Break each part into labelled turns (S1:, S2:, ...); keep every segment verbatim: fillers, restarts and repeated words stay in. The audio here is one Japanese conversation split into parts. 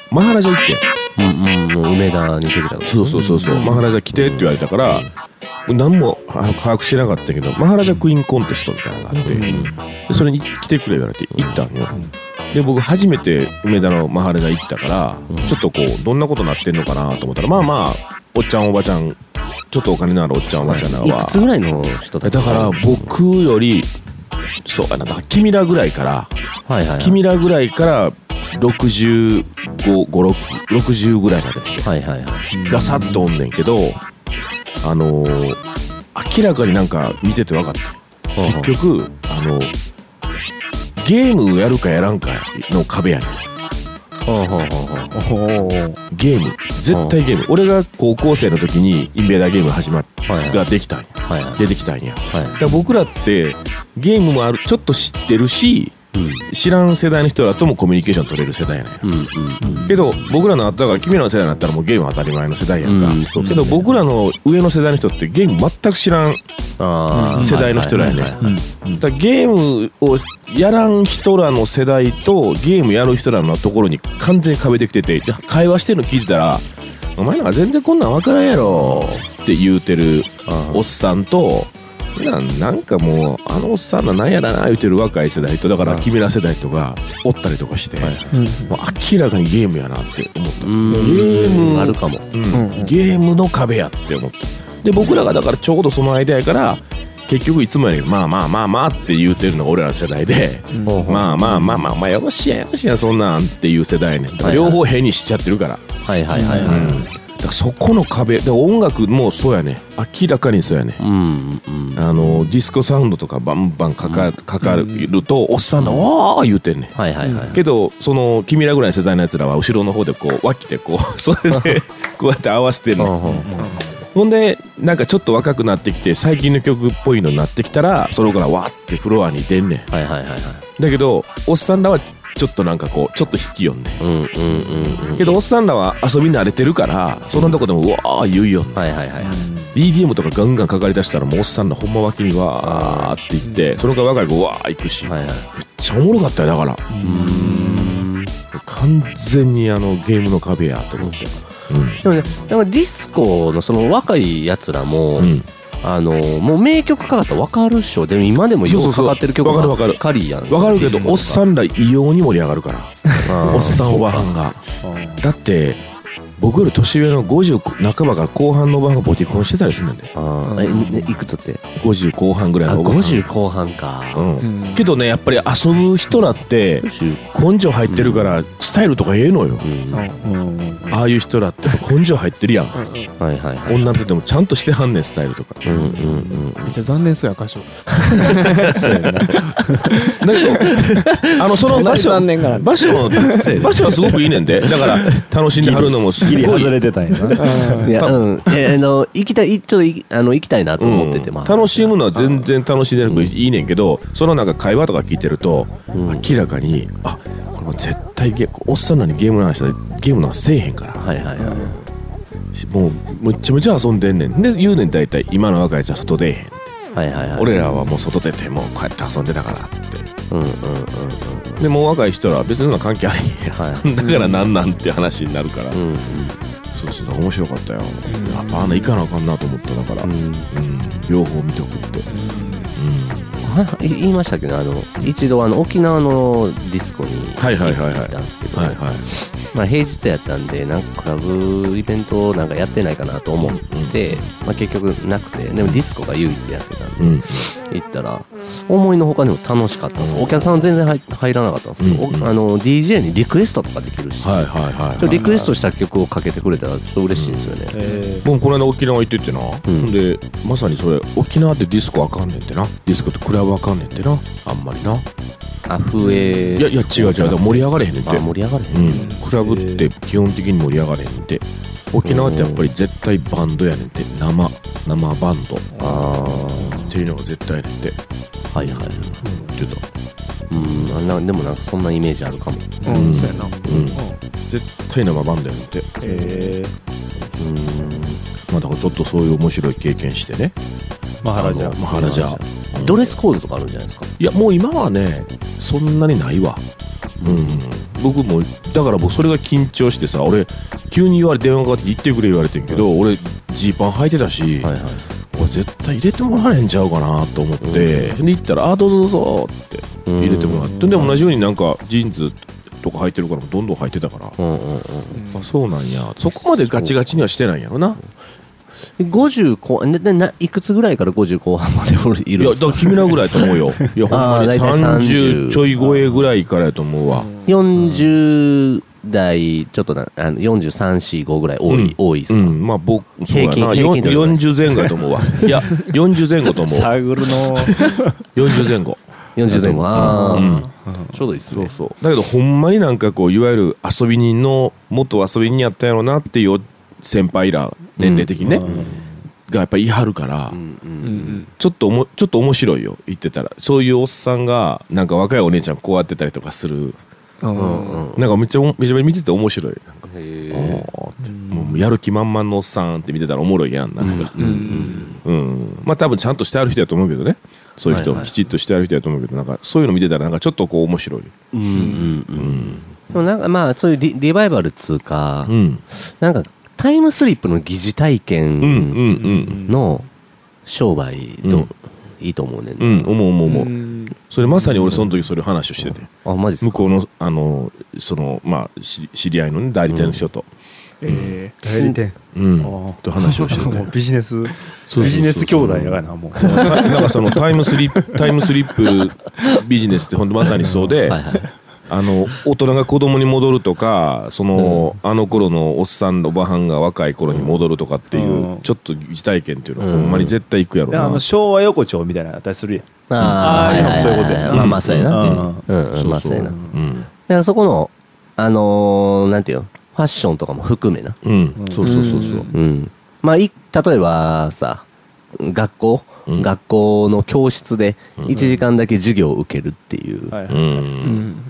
S1: マハラジャ行って、
S2: うんうん、梅田に出てたの。
S1: そうそうそうそう、マハラジャ来てって言われたから、何も把握してなかったけど、マハラジャクイーンコンテストみたいなのがあって、でそれに来てくれ言われて行ったんよ。で僕初めて梅田のマハラジャ行ったから、ちょっとこうどんなことなってんのかなと思ったら、まあまあおっちゃんおばちゃん、ちょっとお金のあるおっちゃんおばちゃんなんかは、
S2: いくつぐらいの人だった？
S1: だから僕よりそうかな、だから君らぐらいから、
S2: はいはいはい、
S1: 君らぐらいからろくじゅうご、ろく、ろくじゅうぐらいまでの人、
S2: はいはいはい、
S1: がさっとおんねんけど、あのー、明らかになんか見てて分かった。結局あのゲームやるかやらんかの壁やねん。ゲーム絶対ゲーム。俺が高校生の時にインベーダーゲーム始まっ、はいはい、ができたんや、はいはい、出てきたんや、はいはい、だから僕らってゲームもある、ちょっと知ってるし、うん、知らん世代の人らともコミュニケーション取れる世代やねん、うんうんうん、けど僕らの後だから君らの世代になったらもうゲームは当たり前の世代やんか、うんそうですね、けど僕らの上の世代の人ってゲーム全く知らん世代の人らやねん。だからゲームをやらん人らの世代とゲームやる人らのところに完全に壁できてて、じゃあ会話してるの聞いてたらお前なんか全然こんなん分からんやろって言うてるおっさんと、な, なんかもうあのおっさんらなんやらな言うてる若い世代と、だから君ら世代とかおったりとかして、はい、もう明らかにゲームやなって思った。ゲーム
S2: あるかも、
S1: うん、ゲームの壁やって思った。で僕らがだからちょうどその間やから、結局いつもよりまあまあまあまあって言うてるのが俺らの世代で、うん、まあまあまあまあまあよしやよしやそんなんっていう世代やねん。だから両方変にしちゃってるから、はいはいはいはい、うん、だからそこの壁で音楽もそうやね、明らかにそうやね、うんうん、あのディスコサウンドとかバンバンか か, かかると、うん、おっさんがおー言うてんねん、はいはいはい、けどその君らぐらいの世代のやつらは後ろの方でこう脇でこうそれでこうやって合わせてんのほんでなんかちょっと若くなってきて最近の曲っぽいのになってきたらそれからわーってフロアに出んねん、はいはいはいはい、だけどおっさんらはちょっとなんかこうちょっと引きよんね、うんうんうんうん、けどおっさんらは遊び慣れてるからそのとこでもうわー言うよんね、はいはいはい、イーディーエム とかガンガンかかりだしたらもうおっさんらほんま脇にわーっていって、うん、そのから若い子わー行くし、はいはい、めっちゃおもろかったよ。だからうーん完全にあのゲームの壁やと思って、うん、でもね、
S2: でもディスコのその若いやつらも、うん、あのもう名曲かかったら分かるっしょ。でも今でもよくかかってる曲がカリーやん。
S1: 分かるけどおっさんら異様に盛り上がるからおっさんおばはんがだって僕より年上のごじゅう半ばから後半のおばはんがボディコンしてたりするんだよ。
S2: ああ、え、ね、いくつって？
S1: ごじゅうこう半ぐらいのおばはん。
S2: ごじゅうこう半か、
S1: うん、けどねやっぱり遊ぶ人らって根性入ってるからスタイルとかええのよ、うんうん、ああいう人らって根性入ってるやん、うん、はいはいはい、女の人でもちゃんとしてはんねんスタイルとか、うんうんうん、
S3: めっちゃ残念そうや歌唱
S1: そうやなだけどあのその場所場所場所はすごくいいねんで、だから楽しんではるのもすごい
S4: ギリ外れてたんやな。
S2: いや、うん、えあの行きたいちょっとあの行きたいなと思ってて、うん、まあ、
S1: 楽しむのは全然楽しんでるのもいいねんけど、そのなんか会話とか聞いてると、うん、明らかにあこれも絶対ゲおっさんらにゲームの話でゲームなんかせえへんから、はいはいはい、もうむっちゃむちゃ遊んでんねんで言うねん、大体今の若いやつは外出えへんって、はいはいはい、俺らはもう外出てもうこうやって遊んでたからって、うんうんうんうん、でもう若い人らは別にそんな関係ありへん、はい、だからなんなんって話になるから、うんうん、そうそう面白かったよ、うん、やっぱあんな行かなあかんなと思っただから、うんうん、両方見とくって、うん、
S2: 言いましたけど、あの一度あの沖縄のディスコに行ったんですけど、はいはいはいはい、まあ、平日やったんでなんかクラブイベントなんかやってないかなと思って、うん、まあ、結局なくて、でもディスコが唯一やってたんで、うん、行ったら思いのほかにも楽しかったんです。お客さんは全然 入, 入らなかったんですけど、うんうん、あの ディージェー にリクエストとかできるし、はいはいはいはい、リクエストした曲をかけてくれたらちょっと嬉しいんですよね、うん、
S1: えー、僕この間沖縄行ってってな、うん、でまさにそれ沖縄ってディスコあかんねんってな、ディスコってクラブあかんねんってな、あんまりな、
S2: あふえ
S1: いやいや違う違う、盛り上がれへんねんって。
S2: あ、盛り上がれへん、うん、
S1: クラブって基本的に盛り上がれへんって。沖縄ってやっぱり絶対バンドやねんって、生生バンド、あっていうのが絶対やねんって。はいはい、うん、って言うと、
S2: うん、なでもなんかそんなイメージあるかも、
S1: うん、そうやな、うん、絶対生バンドやねんって。へえ、うん、まあだからちょっとそういう面白い経験してね、
S3: マハラジャ
S1: マハラジャ、
S2: ドレスコードとかあるんじゃないですか。
S1: いやもう今はねそんなにないわ、うん、 僕もだから僕それが緊張してさ、俺急に言われ電話かかって行ってくれ言われてんけど、うん、俺ジーパン履いてたし、はいはい、これ絶対入れてもらえんちゃうかなと思って、うん、で行ったらあどうぞどうぞって入れてもらって、うん、でも同じようになんかジーンズとか履いてるからどんどん履いてたから、うんうんうん、あそうなんや、そこまでガチガチにはしてないんやろな。
S2: ごじゅうこいくつぐらいからごじゅうこう半までいるんですか？
S1: いやだから君らぐらいと思うよ。いやほんまにさんじゅうちょい超えぐらいからやと思うわ。
S2: よんじゅう代ちょっとなあのよんじゅうさん、よんじゅうごぐらい多い、うん、多いですか？うん、まあ僕そうやな、平均平均よんじゅうぜん後やと思うわ。いやよんじゅうぜん後と思う。
S3: 探るの
S1: よんじゅうぜん後
S2: よんじゅうぜん後ああ、うん、ちょうどいいっすね。
S1: そうそうだけどほんまになんかこういわゆる遊び人の元遊び人やったやろなっていう先輩ら年齢的にね、うん、がやっぱり言い張るから、うんうん、ちょっとおもちょっと面白いよ言ってたら、そういうおっさんがなんか若いお姉ちゃんこうやってたりとかする、うんうん、なんかめっちゃめちゃ見てて面白い。なんかへー、もうやる気満々のおっさんって見てたらおもろいやんな、うんうんうん、まあ多分ちゃんとしてある人だと思うけどね、そういう人、はいはい、きちっとしてある人だと思うけど、なんかそういうの見てたらなんかちょっとこう面白い。うんうんうん、
S2: でもなんかまあそういう リ, リバイバルっつうか、うん、なんかタイムスリップの疑似体験の商売と、うん、いいと思うねん、
S1: うん、思う思う思う、うん、それまさに俺その時それ話をしてて、
S2: うん、あマジっすか？
S1: 向こうのあのそのまあ知り合いのね代理店の人と、
S3: うん、えー、代理店、
S1: うん、と話をしてて
S3: ビジネスビジネス兄弟やがな、もう
S1: なんかそのタイムスリップタイムスリップビジネスって本当まさにそうで、はいはい、あの大人が子供に戻るとか、その、うん、あの頃のおっさんおばはんが若い頃に戻るとかっていう、うん、ちょっと疑似体験っていうのはほんまに絶対行くやろな、
S3: うん、あの昭和横丁みたいなのあったりするやん。
S2: ああそういうことや、まあまあそうやな、うんうん、まあそうやな、うん、だからそこのあのー、なんていうのファッションとかも含めな、
S1: うん、そうそうそうそう、うん、
S2: まあい例えばさ学校、うん、学校の教室でいちじかんだけ授業を受けるっていう、うんはいはいうん、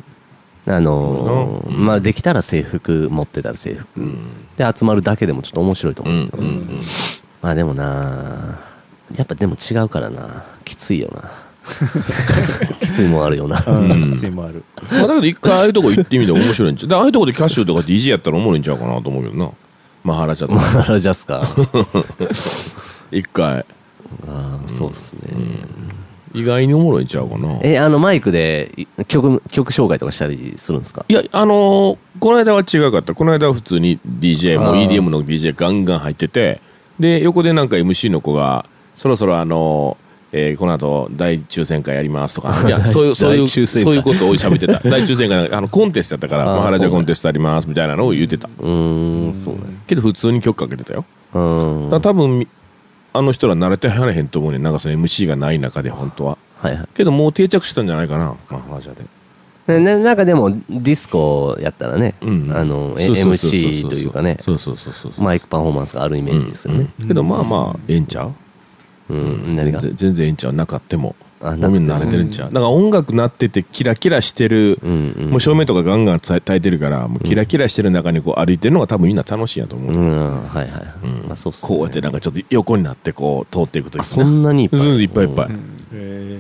S2: あのーうん、まあできたら制服持ってたら制服、うん、で集まるだけでもちょっと面白いと思う、うんうんうん、まあでもなやっぱでも違うからなきついよなきついもあるよな、うん、
S3: きついもある、
S1: まあ、だけど一回ああいうとこ行ってみて面白いんちゃう。ああいうとこでキャッシュとかって意地やったらおもろいんちゃうかなと思うけどな。マハラジャとか
S2: マハラジャっすか
S1: 一回
S2: ああそうっすね、
S1: うん、意外におもろいんちゃうかな。
S2: えあのマイクで曲曲紹介とかしたりするんですか？
S1: いやあのー、この間は違うかった。この間は普通に ディージェー も イーディーエム の ディージェー ガンガン入ってて、で横でなんか エムシー の子がそろそろあのーえー、この後大抽選会やりますとか、いやそういうそういうそういうことを喋ってた。大抽選会あのコンテストやったからマハラジャコンテストありますみたいなのを言ってた。うーんそうね。けど普通に曲かけてたよ。うんだ多分あの人ら慣れてはれへんと思うね。なんかその エムシー がない中で本当は。はいはい。けどもう定着したんじゃないかなマハラジャで。
S2: ね、なんかでもディスコやったらね、うん、あの エムシー というかね、
S1: そうそうそうそう
S2: マイクパフォーマンスがあるイメージですよね。
S1: うんうん、けどまあまあええんちゃう。うん、何が全然ええんちゃうなかってもみんな慣れてるんちゃう、うん、だから音楽鳴っててキラキラしてる、うんうん、もう照明とかガンガン焚いてるからもうキラキラしてる中にこう歩いてるのが多分みんな楽しいやと思う、うんはいはい、うんまあそうっすね、こうやってなんかちょっと横になってこう通っていくといい
S2: そんなにいっぱい
S1: いっぱいいっぱい、うん、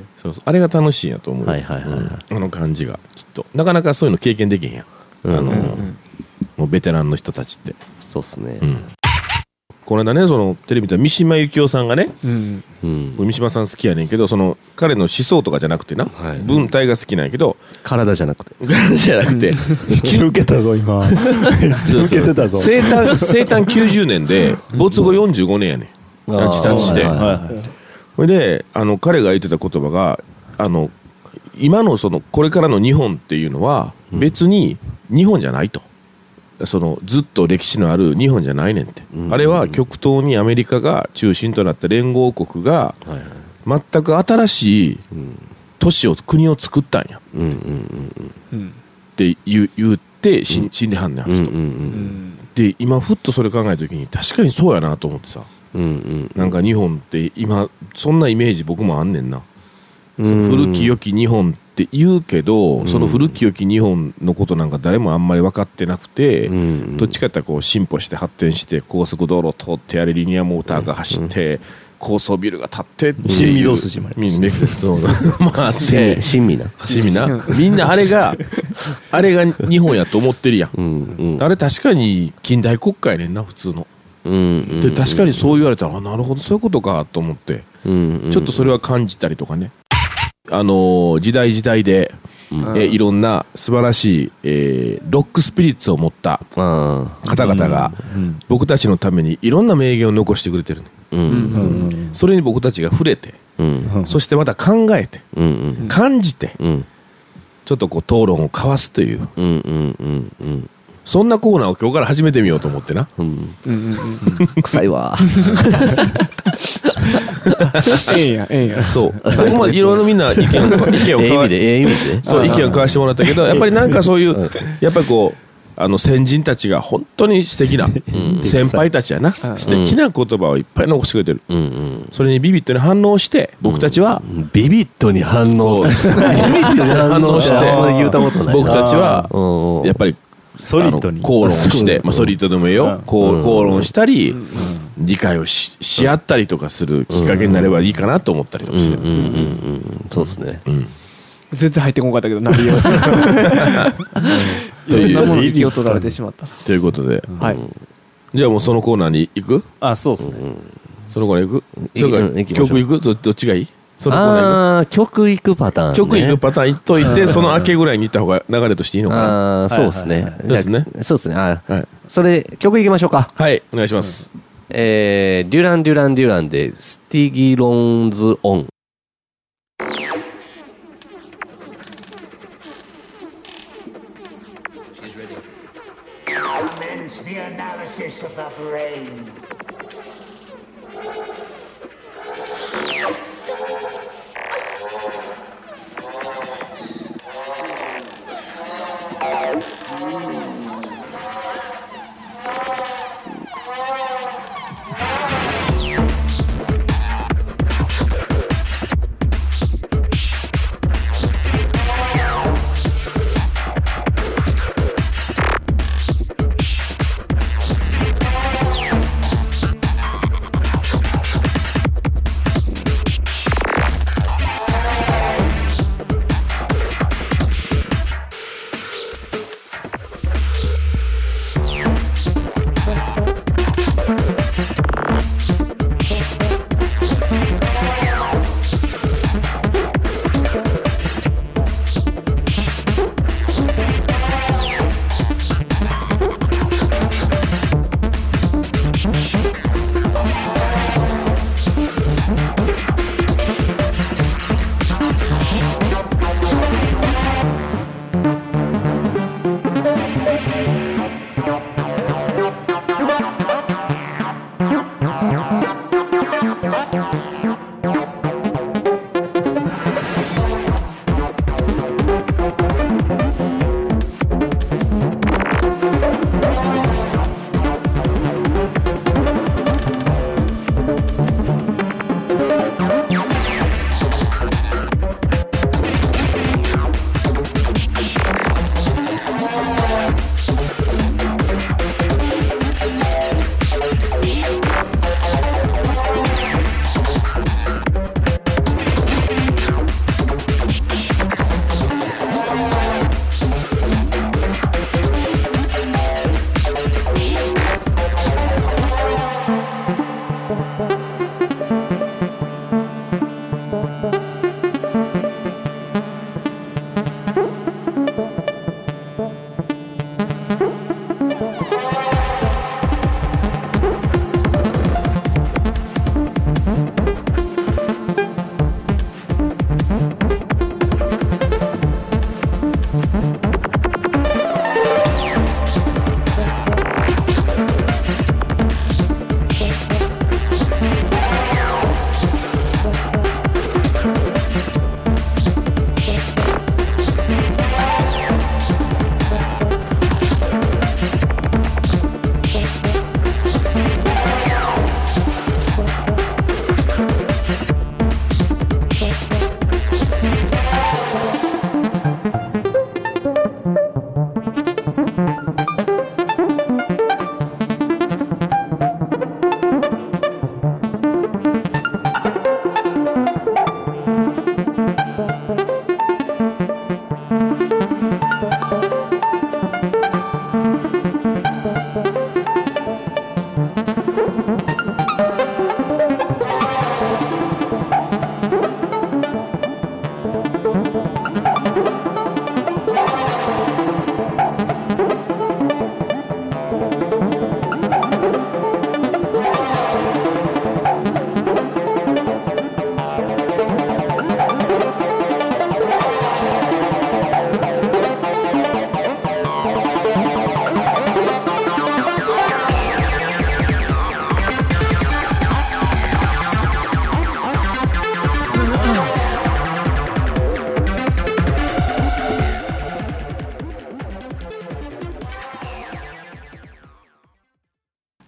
S1: そうそうあれが楽しいんやと思う、はいはいはいはい、うん、あの感じがきっとなかなかそういうの経験できへんやん、うん、あの、うん、もうベテランの人たちって
S2: そうっすね、
S1: うんこの間ねそのテレビで三島由紀夫さんがね、うんうん、三島さん好きやねんけどその彼の思想とかじゃなくてな、はい、文体が好きなんやけど
S2: 体じゃなくて
S1: 体じゃなくて
S3: 受けたぞ今受けてたぞ
S1: 生誕生誕きゅうじゅうねんで没後よんじゅうごねんやねん自殺してそれであの彼が言ってた言葉があの今のそのこれからの日本っていうのは別に日本じゃないとそのずっと歴史のある日本じゃないねんって、うんうんうん、あれは極東にアメリカが中心となった連合国が全く新しい都市を国を作ったんや、うんうんうんうん、って言って死んではんねん、うんうんうん、で今ふっとそれ考えた時に確かにそうやなと思ってさ、うんうんうん、なんか日本って今そんなイメージ僕もあんねんな、その古き良き日本って言うけど、うん、その古き良き日本のことなんか誰もあんまり分かってなくて、うん、どっちかっていうとこう進歩して発展して高速道路を通ってあれリニアモーターが走って、うん、高層ビルが建ってっていう
S3: 新御堂筋まで
S1: そうまあ
S2: 新味な
S1: 新味なみんなあれがあれが日本やと思ってるやん、
S2: うんうん、
S1: あれ確かに近代国家やねんな普通の、
S2: うんうんうん、
S1: で確かにそう言われたらあなるほどそういうことかと思って、うんうんうん、ちょっとそれは感じたりとかね、あのー、時代時代で、うんえー、いろんな素晴らしい、えー、ロックスピリッツを持った方々が僕たちのためにいろんな名言を残してくれてる、うんうん、それに僕たちが触れて、うん、そしてまた考えて、うんうん、感じて、うん、ちょっとこう討論を交わすという、うんうんうんうん、そんなコーナーを今日から始めてみようと思ってな、うん
S2: うんうん、臭いわ
S3: ええやんええやん
S1: そう僕もいろいろみんな意見を意見を交わしてそう意見を交わしてもらったけどやっぱりなんかそういうやっぱりこうあの先人たちが本当に素敵な先輩たちやな素敵な言葉をいっぱい残してくれてる、うんうん、それにビビッドに反応して僕たちは、
S2: うん、ビビッドに反応ビビッドに反応して
S1: 僕たちはやっぱり
S3: ソリッドに
S1: 口論して、まあ、ソリッドでもいいよ、口論したり、理解を し, し合ったりとかするきっかけになればいいかなと思ったりとかして、うんうんうんうん、
S2: そうですね、うん、
S3: 全然入ってこなかったけど内容いろんなものに気を取られてしまった
S1: ということで、
S3: はい、
S1: じゃあもうそのコーナーに行く？
S3: あ、そうですね、うん、
S1: そのコーナー行く？それから曲行く？どっちがいい？そのコーナー
S2: ああ曲行くパターン、ね、
S1: 曲行くパターン行っといてその明けぐらいに行った方が流れとしていいのかな。
S2: あそうですね、はいはいはい、
S1: そうですね
S2: そうですねあ、はい、それ曲行きましょうか。
S1: はいお願いします、
S2: うんえー、デュラン・デュラン・デュランでスティギロンズ・オン。
S4: Commence the analysis of the brain.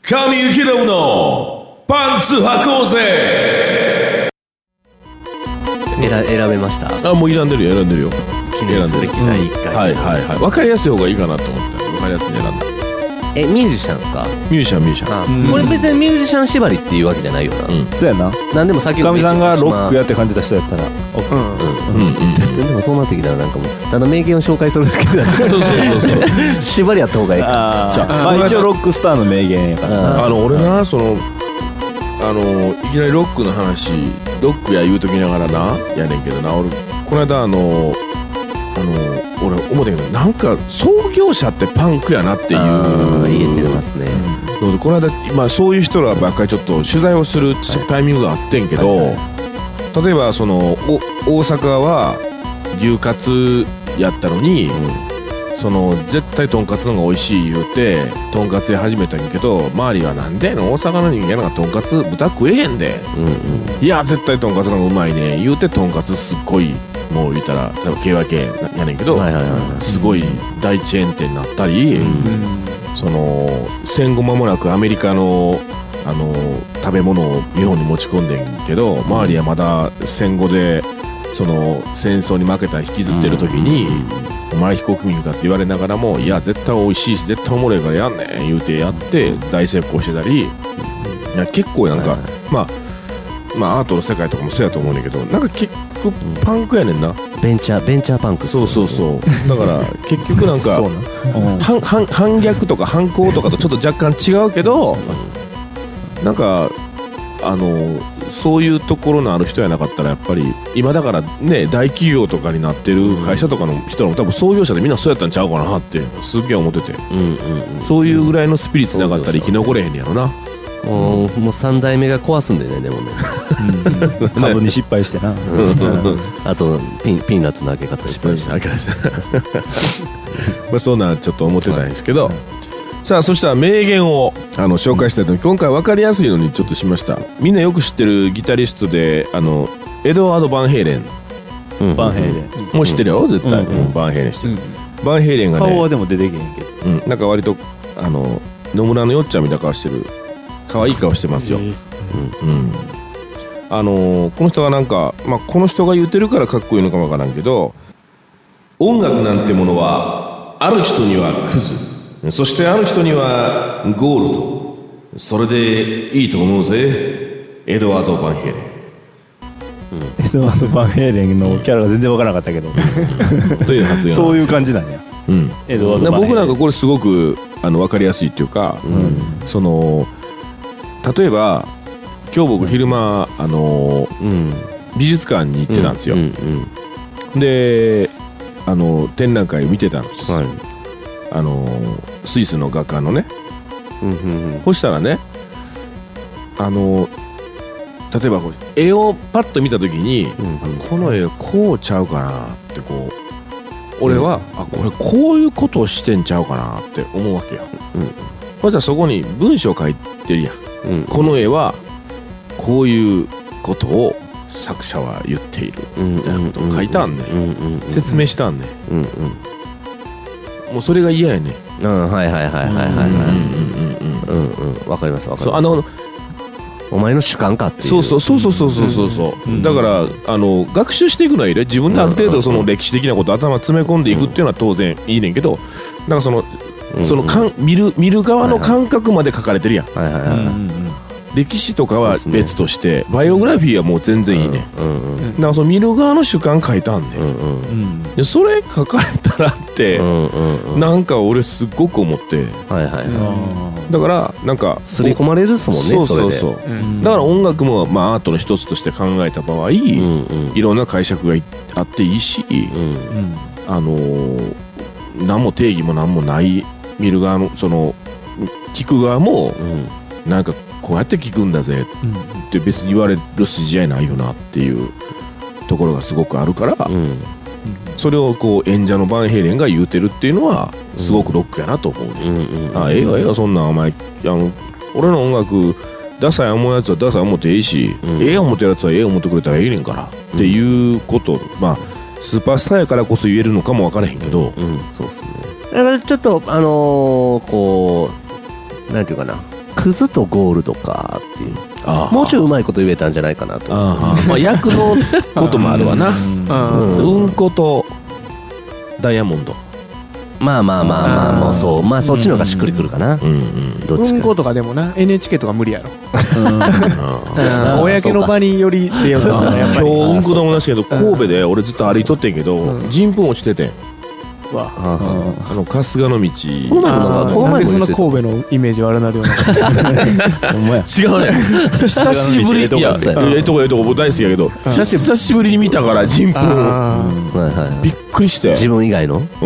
S1: 神幸信のパンツ履こうぜ。
S2: 選, 選べました。
S1: あ、もう選んでるよ選んでるよ。
S2: 記念すべきだいいっかい、
S1: はいはいはい。分かりやすい方がいいかなと思って分かりやすいに選んだ。
S2: え、ミュージシャンですか？
S1: ミュージシャンミュージシャン。
S2: あ、これ別にミュージシャン縛りっていうわけじゃないよな。
S3: うん、そうやな。
S2: なんでも先ほど
S3: かみさんがロックやって感じた人やったら OK。 うん
S2: うんうん。でもそうなってきたらなんかもうただ名言を紹介するだけだ。そうそうそうそう。縛りやった方がいいか。
S3: じゃあ、まあ、一応ロックスターの名言やから。
S1: あの俺な、そのあのいきなりロックの話、ロックや言うときながらなやねんけどな、俺この間あのあの俺思ったけど、なんか創業者ってパンクやなっていう
S2: 言えてますね。
S1: ので、この間、まあ、そういう人らばっかりちょっと取材をするタイミングがあってんけど、はいはいはい、例えばそのお大阪は牛カツやったのに、うん、その絶対とんかつの方が美味しい言うてとんかつ屋始めたんやけど、周りはなんで大阪の人間なんかとんかつ豚食えへんで、うんうん、いや絶対とんかつの方がうまいね言うて、とんかつすっごいもう言ったら例えば ケーワイケー やねんけど、はいはいはいはい、すごい大チェーン店になったり、うん、その戦後間もなくアメリカのあの食べ物を日本に持ち込んでんけど、周りはまだ戦後でその戦争に負けた引きずってる時に、お前非国民かって言われながらも、いや絶対美味しいし絶対おもろいからやんねん言うてやって大成功してたり、いや結構なんか、はいはい、まあまあアートの世界とかもそうやと思うねんけど、なんか結局パンクやねんな。
S2: ベンチャーベンチャーパンク。
S1: そうそうそう。だから結局なんか反反反逆とか反抗とかとちょっと若干違うけど、なんかあのそういうところのある人やなかったらやっぱり今だからね大企業とかになってる会社とかの人も多分創業者でみんなそうやったんちゃうかなってすっげえ思ってて、うんうんうん、そういうぐらいのスピリッツなかったら生き残れへんやろな。
S2: もう、もうさん代目が壊すんでね、でもね
S3: 株に失敗してな
S2: あとピ ン, ピーナッツの開け方
S1: 失敗して開けましたまあそんなちょっと思ってたんですけど、はい、さあそしたら名言をあの紹介したいと、今回分かりやすいのにちょっとしました。みんなよく知ってるギタリストであのエドワード・バンヘイレン、
S3: うん、バンヘイレン
S1: もう知ってるよ絶対、うんうん、バンヘイレン知ってる、うん、バンヘイレンがね
S3: 顔はでも出てけへんけど、
S1: うん、なんか割とあの野村のよっちゃんみたいな顔してる可愛い顔してますよ、うんうん、あのー、この人はなんか、まあ、この人が言ってるからかっこいいのかもわからんけど、音楽なんてものはある人にはクズ、そしてある人にはゴールド、それでいいと思うぜエドワード・バンヘイレン、
S3: うん、エドワード・バンヘイレンのキャラが全然わからなかったけど
S1: という発言
S3: そういう感じなんや、
S1: うん、エドワード・バンヘイレン。僕なんかこれすごくあの分かりやすいっていうか、うん、その例えば今日僕昼間、あのーうん、美術館に行ってたんですよ、うんうんうん、であの展覧会見てたんです、はい、あのー、スイスの画家のね、うんうんうん、そしたらね、あのー、例えばこう絵をパッと見た時に、うんうん、この絵こうちゃうかなってこう俺は、うん、あこれこういうことをしてんちゃうかなって思うわけよ、うん、そしたらそこに文章書いてるやん、うん、この絵はこういうことを作者は言っているみたいなことを書いたんね、説明したんね、うんうん、もうそれが嫌やね、
S2: うん、はいはいはいはいはいはい、わかりますわかります。あのお前の主観かっていう、
S1: そうそうそうそうそうそうそう、うん、だからあの学習していくのはいいね、自分である程度その歴史的なこと頭詰め込んでいくっていうのは当然いいねんけど、なんかそのそのかん見る見る側の感覚まで書かれてるやん、はいはいはいはい、歴史とかは別として、バイオグラフィーはもう全然いいね、うんうんうん、だからその見る側の主観書いたんね、うんうん、でそれ書かれたらって、うんうんうん、なんか俺すっごく思って、はいはいはい、だからなんか
S2: 刷り込まれるっすもんね、
S1: そうそうそう、それで、うん、だから音楽も、まあ、アートの一つとして考えた場合、うんうん、いろんな解釈があっていいし、うんうん、あのー、何も定義も何もない見る側のその聞く側も、うん、なんかこうやって聞くんだぜって別に言われる筋合いないよなっていうところがすごくあるから、うん、それをこう演者のバンヘイレンが言うてるっていうのはすごくロックやなと思うね、うんうんうん、あええよええよそんなお前あの俺の音楽ダサい思うやつはダサい思ってええし、うん、ええ思ってるやつはええ思ってくれたらええねんから、うん、っていうことまあスーパースターやからこそ言えるのかも分からへんけど、
S2: うんうん、そうですね。だからちょっとあのー、こうなんていうかな、 クズとゴールドかっていう、もうちょいうまいこと言えたんじゃないかなと。
S1: あまあ役のこともあるわな。うんことダイヤモンド。
S2: まあまあまあまあもうそう、まあそっちの方がしっくりくるかな。うんうん。
S5: どっちか。うんことかでもな エヌエイチケー とか無理やろ。公の場により出ようと思ったらやっぱり。
S1: 今日うんこでもなしけど神戸で俺ずっと歩いとってんけど人糞落ちててん。わあの春日の道。
S5: この前なんでそんな神戸のイメージ悪なるような。
S1: 違うね。久しぶりいやええとこええとこ僕大好きやけど久しぶりに見たから人糞びっくりして。
S2: 自分以外の。
S1: うん。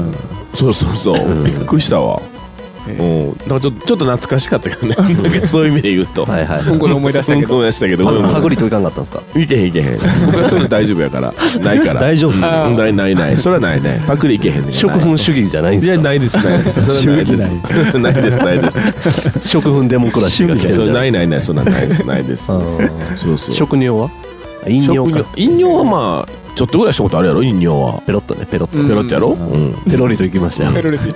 S1: そうそうそうびっくりしたわ。うん、だからちょっとちょっと懐かしかったけどね。なんかそういう意味で言うと、
S5: はいはい。うんこで思い出したけど、
S1: 思い出したけど、
S2: ハグリといかんかったんですか？
S1: いけへんいけへん。僕はそれ大丈夫やから、ないから。
S3: 大丈夫？
S1: ないないない。それはないね。パクリいけへんね。
S2: 食粉主義じゃないんですか？
S1: いやないですないです。それはないです。ないですないです。
S2: 食粉デモクラシーが来てる。
S1: そうないないないそんなないですないです。そうそう。
S2: 食尿は？飲尿か。
S1: 飲尿はまあ。ちょっとぐらいしたことあるやろ飲料は。
S2: ペロッとねペロッと
S1: ペロッとやろ。
S2: ペロリといきましたよ。
S5: ペロリといった。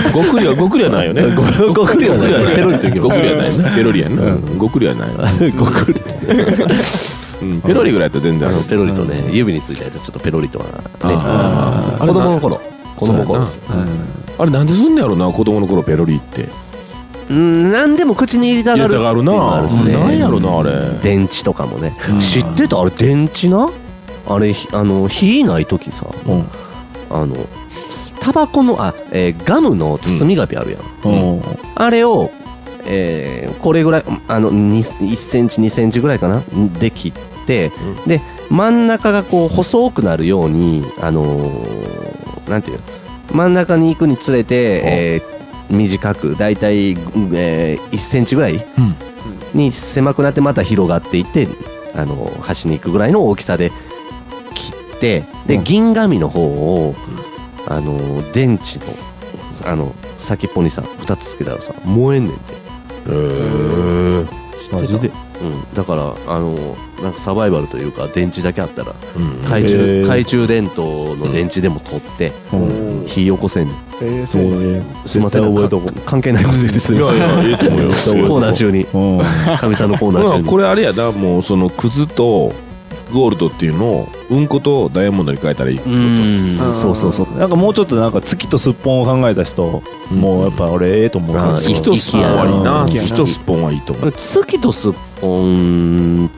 S1: ごくりはごくりはないよね。
S2: ごくりはない。ペロリといきました。
S1: ごくりはないね。ペロリやんな。ごくりはない。
S2: ごくり。
S1: ペロリぐらいだったら全然。
S2: ペロリとね指についたやつちょっとペロリとはね。子供の頃。子供の頃です。
S1: あれなんですんねやろな子供の頃ペロリって。
S2: うん何でも口に入れたがる。
S1: 入れたがるな。なんやろなあれ。
S2: 電池とかもね。知ってたあれ電池な。あれあの火ない時さ、うん、あのタバコのあ、えー、ガムの包み紙あるやん、うん、あれを、えー、これぐらいあのいっセンチにセンチぐらいかなで切って、うん、で真ん中がこう細くなるようにあのー、なんていう真ん中に行くにつれて、えー、短くだいたい、えー、いっセンチぐらいに狭くなってまた広がっていってあの端に行くぐらいの大きさでで銀紙の方を、うん、あの電池のあの先っぽにさふたつつけたらさ燃えんねんて。へ
S3: ーマジで。
S2: うん、だからあのなんかサバイバルというか電池だけあったら、うん、懐中懐中電灯の電池でも取って、うん、火起こせんねん。
S3: えー、そうね。
S2: すいません覚えとこ関係ないこと言ってすみません。いやいやいいと思うよ。コーナー中にかみさんのコーナー中に
S1: これあれやなもうそのクズとゴールドっていうのをうんことダイヤモンドに変えたらいい。うん
S3: そうそうそう。なんかもうちょっとなんか月とすっぽんを考えた人、うん、もうやっぱ俺ええと思う。
S1: 月とすっぽんはいいな。月とすっぽんはいいと思う。
S2: 月とすっぽんって、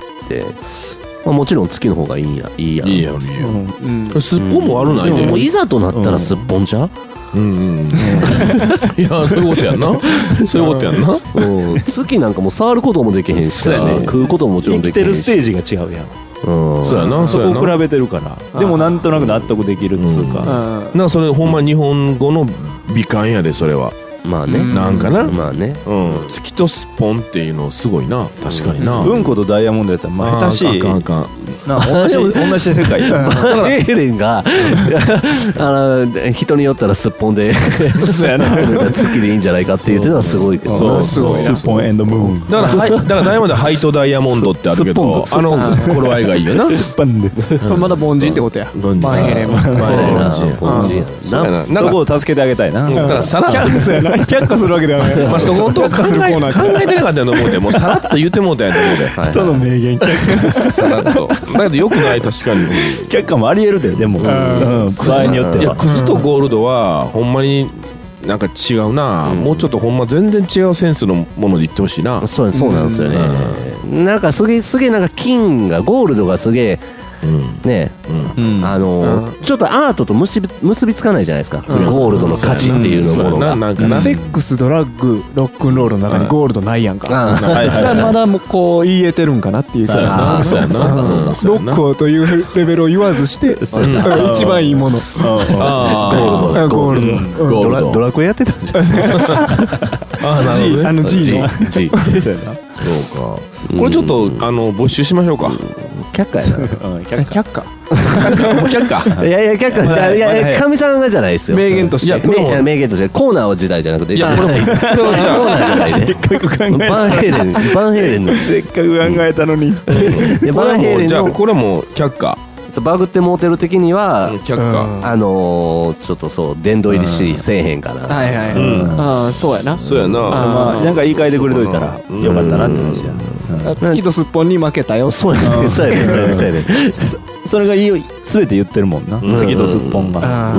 S2: まあ、もちろん月の方がいいやいいや
S1: いいやいいや。うん、すっぽんも悪ないね。
S2: でもいざとなったらすっぽんじゃ。うんうんうん、
S1: いやそういうことやんなそういうことやんな、
S2: うん、月なんかもう触ることもできへんしさ、ね、食うことももちろんできへんし
S3: 生きてるステージが違うやん。
S1: うん、そうやな
S3: そこを比べてるからでもなんとなく納得できるっつうか、
S1: うん、なんかそれほんま日本語の美観やでそれは
S2: まあね
S1: なんかな
S2: まあね、
S1: うん、月とスッポンっていうのすごいな確かにな、
S3: うんことダイヤモンドやったらまあ下手しい
S1: あかんあかん
S3: な同じ同じ世界や
S2: エレンがあの人によったらすっぽんで月でいいんじゃないかって言ってのはすごいけど
S1: そうすごい
S3: すっぽんエンドムーン
S1: だからはいだからダイヤモンドハイとダイヤモンドってあるけどあの頃合いがいいよな
S3: すっぽんで
S5: まだ凡人ってことや
S1: 凡人
S5: バンヘレン
S2: 凡人や
S3: なそこを助けてあげたいな
S1: だからさらっと
S5: 却下するわけではない
S1: まあそこのとこ考え考えてなかったと思うでもうさらっと言ってもうたやと思うで
S3: 人の名言却下
S1: さらっとだけどよくない確かに
S3: 却下もありえるででも場合によってはい
S1: やクズとゴールドはほんまになんか違うな、うん、もうちょっとほんま全然違うセンスのもので言ってほしいな。
S2: そうそうなんですよね、うん、なんかすげえすげえなんか金がゴールドがすげえね、うん、あのーうん、ちょっとアートと結び結びつかないじゃないですか、うん、ゴールドの価値っていうのものが、
S5: うんうん、セックスドラッグロックンロールの中にゴールドないやんか、うん、それはまだもこう言えてるんかなっていう
S1: そうやなそうやな
S5: ロックをというレベルを言わずして一番いいもの
S2: あゴールド
S5: ゴールド
S2: ドラドラクエやってたんじゃん
S5: ああの G の
S2: G
S1: そうかこれちょっとあの募集しましょうか
S2: 却下や
S5: な却下
S1: 却下
S2: いやいや却下いやいやかみさんがじゃないですよ
S5: 名言としていやこれ
S2: も名言としてコーナー時代じゃなくて
S1: いやこれもコーナー
S2: じゃないね
S3: せっかく考えた
S2: バンヘイレンバンヘイレンの
S3: せっかく考えたのに
S1: バンヘイレンのじゃあこれも却下
S2: バグってモーテル的には、
S1: 却下、
S2: あのー、ちょっとそう殿堂入りしせえへんかな。
S5: はいはい、うん、ああそうやな、
S1: そうやな、
S3: まあなんか言い換えてくれといたらよかったなって話や。
S5: 月とすっぽんに負けたよ。
S2: そうやね、そうやね、そうやね、そうやね。
S3: それがいい全て言ってるもんな、月とすっぽんが。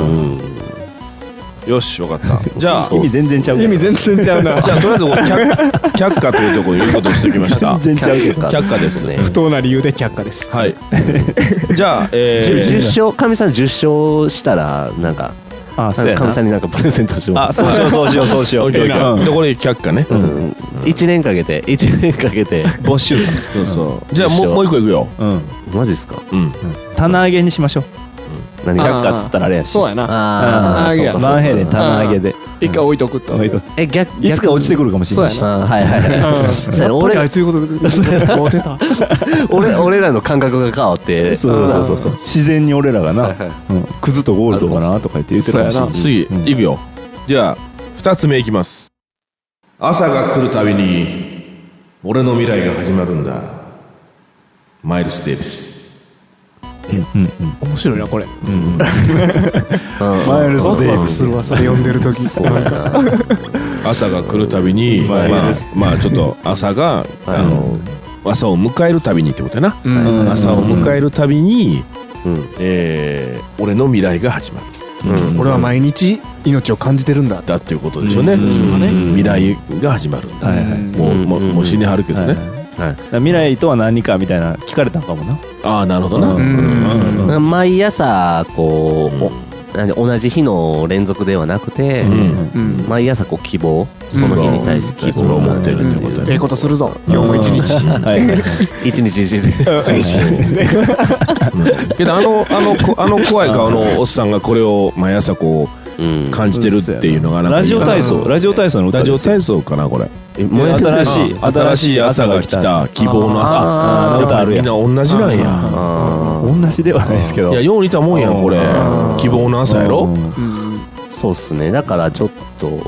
S1: よし、分かった。じゃあ
S3: 意味全然ちゃう。
S5: 意味全然ちゃうな。
S1: じゃあとりあえず却下というところに言うことをしておきました。
S3: 全然ちゃうけど。
S1: 却下ですね。
S5: 不当な理由で却下です。
S1: はい。じゃあ、え
S2: ー、じゅっ勝、かみさんじゅっ勝したらなんか。あ、かみさんになんかプレゼントしよう。
S3: あ、そうしようそうしようそうしよう。
S1: でこれ却下ね。
S2: 一年かけて一年かけて
S3: 没収。
S1: そうそう。じゃあもうもう一個いくよ。
S3: うん。
S2: マジですか。
S3: うん。棚上げにしましょう。
S2: 何
S3: 却下っつったらあれやし。
S5: そうやな。
S3: ああ、マンヘイレン棚上げで
S5: 一回置いとくと。
S2: え、逆
S3: いつか落ちてくるかもしれないし。
S2: はいはいはい。
S5: 俺あいついうことで持てた。
S2: 俺俺らの感覚が変わって。
S3: そうそうそうそう。自然に俺らがな、クズとゴールドかなとか言って言ってるかもしれない。
S1: 次いくよ。じゃあ二つ目いきます。朝が来るたびに俺の未来が始まるんだ。マイルス・デイビス。
S5: 面白いなこれ。
S3: マイルス・デイビス
S5: するわそれ読んでる時。
S1: 朝が来るたびにまあまあちょっと朝があの朝を迎えるたびにってことやな。朝を迎えるたびに俺の未来が始まる。
S5: 俺は毎日命を感じてるんだ
S1: だっていうことでしょうね。未来が始まるんだ。もうもう死にはるけどね。
S3: 未来とは何かみたいな聞かれたんかもな。
S1: ああ、なるほどな。
S2: 毎朝こう同じ日の連続ではなくて、毎朝こう希望、その日に対して希望を持ってるってことで、
S5: ええことするぞ今日も一日
S2: 一日一日
S1: けどあのあのあの怖い顔のおっさんがこれを毎朝こう感じてるっていうのが
S3: ラジオ体操ラジオ体操の歌
S1: ラジオ体操かなこれ。
S3: 新しい
S1: 新しい朝が来た希望の朝。ああ、歌あるやん。みんな同じなんや。
S3: 同じではないですけど。
S1: いやよう似たもんやんこれ。希望の朝やろ。
S2: そうっすね。だからちょっとい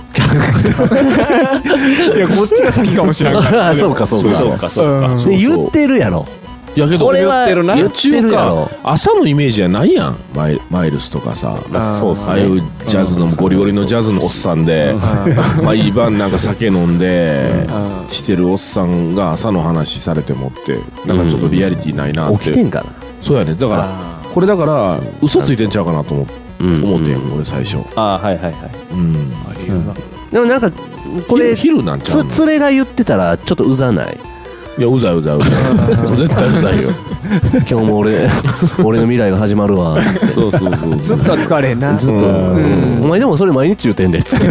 S5: やこっちが先かもしれない。
S2: そうかそうかそうかそうか。言ってるやろ。
S1: いやけど
S2: 俺は言ってるやろ。
S1: 朝のイメージじゃないやん。マイマイルスとかさ、
S2: そうっすね。
S1: ああいうジャズのゴリゴリのジャズのおっさんで毎晩なんか酒飲んでしてるおっさんが朝の話されてもってなんかちょっとリアリティないなって。
S2: 起きてんかな。
S1: そうやね。だからこれだから嘘ついてんちゃうかなと思思ってん俺最初。
S3: ああはいはいはい。
S1: うん。
S2: でもなんかこれ
S1: 昼なんちゃうの。
S2: つ連れが言ってたらちょっとうざない。
S1: いやうざいうざいうざい絶対うざいよ。
S2: 今日も俺俺の未来が始まるわ。
S1: そうそうそう。
S5: ずっとは疲れへんな。
S2: ずっと。お前でもそれ毎日言うてんでっつって。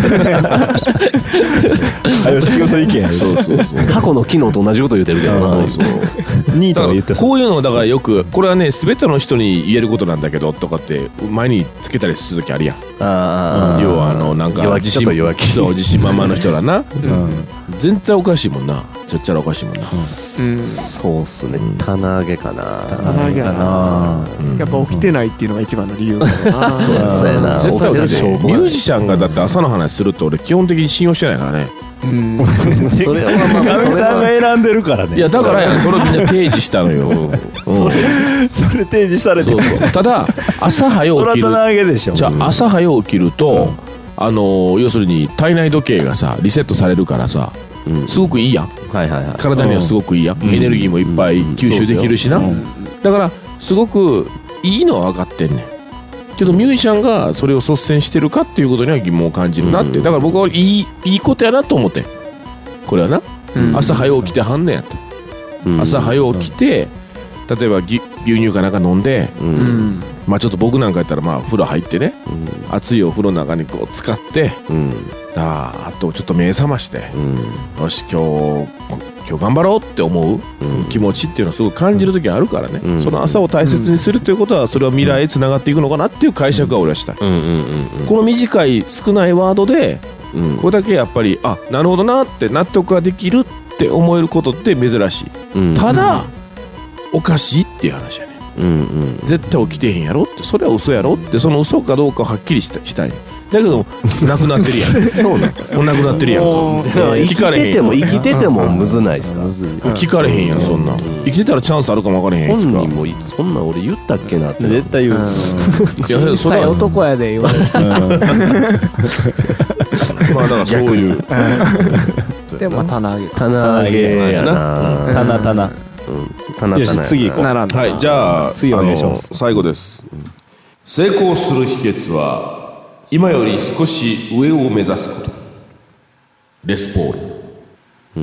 S3: 仕事意見。
S1: そうそうそう。
S2: 過去の機能と同じこと言うてるけどな。
S3: ニートが言って
S1: こういうのだからよくこれはね全ての人に言えることなんだけどとかって前につけたりする時あるやん。
S2: あ
S1: 要はあのなんか
S2: 自信弱気
S1: そう自信満々の人だな。全然おかしいもんな。ちゃっちゃらおかしいもんな。
S2: そうっすね。棚上げかな。
S5: 棚上げかな。やっぱ起きてないっていうのが一番の理由だな。
S2: そうやな。
S1: 絶対だってミュージシャンがだって朝の話すると俺基本的に信用してないからね。
S2: それは
S3: かみさんが選んでるからね。
S1: いやだからやそれをみんな提示したのよ。
S3: それ提示されてる。
S1: ただ朝早起きる。じゃあ朝早起きるとあの要するに体内時計がさリセットされるからさ。すごくいいやん。体にはすごくいいやん。エネルギーもいっぱい吸収できるしな。だからすごくいいのは分かってんねんけどミュージシャンがそれを率先してるかっていうことには疑問を感じるなって。だから僕はいいいいことやなと思ってこれはな朝早起きてはんねんやって。朝早起きて例えば牛乳かなんか飲んでまあちょっと僕なんかやったらまあ風呂入ってね熱いお風呂の中にこう浸かってああとちょっと目覚まして、うん、よし今日今日頑張ろうって思う、うん、気持ちっていうのはすごく感じる時あるからね、うん、その朝を大切にするということはそれは未来へつながっていくのかなっていう解釈が俺はしたい。この短い少ないワードで、うん、これだけやっぱりあなるほどなって納得ができるって思えることって珍しい、うん、ただ、うん、おかしいっていう話やね。
S2: うんうん、
S1: 絶対起きてへんやろって、それは嘘やろって、その嘘かどうかをはっきりしたしたい。だけどなくなってるやんそうなんもうなくなってるやんか。
S2: 生きてても生きててもむずないですか。
S1: 聞かれへんやんそんな。生きてたらチャンスあるかも分からへんやん。
S2: 本人もいつそんなん俺言ったっけなって
S3: 絶対言う。
S5: 小さい男やで言われる。
S1: まあだからそういう
S5: でまあ棚上げ
S2: 棚上げやな。
S3: 棚棚
S2: 棚
S3: よし次行こう。
S1: はい、じゃあ
S3: 次お願いします。
S1: 最後です。成功する秘訣は今より少し上を目指すこと。レスポール。うん。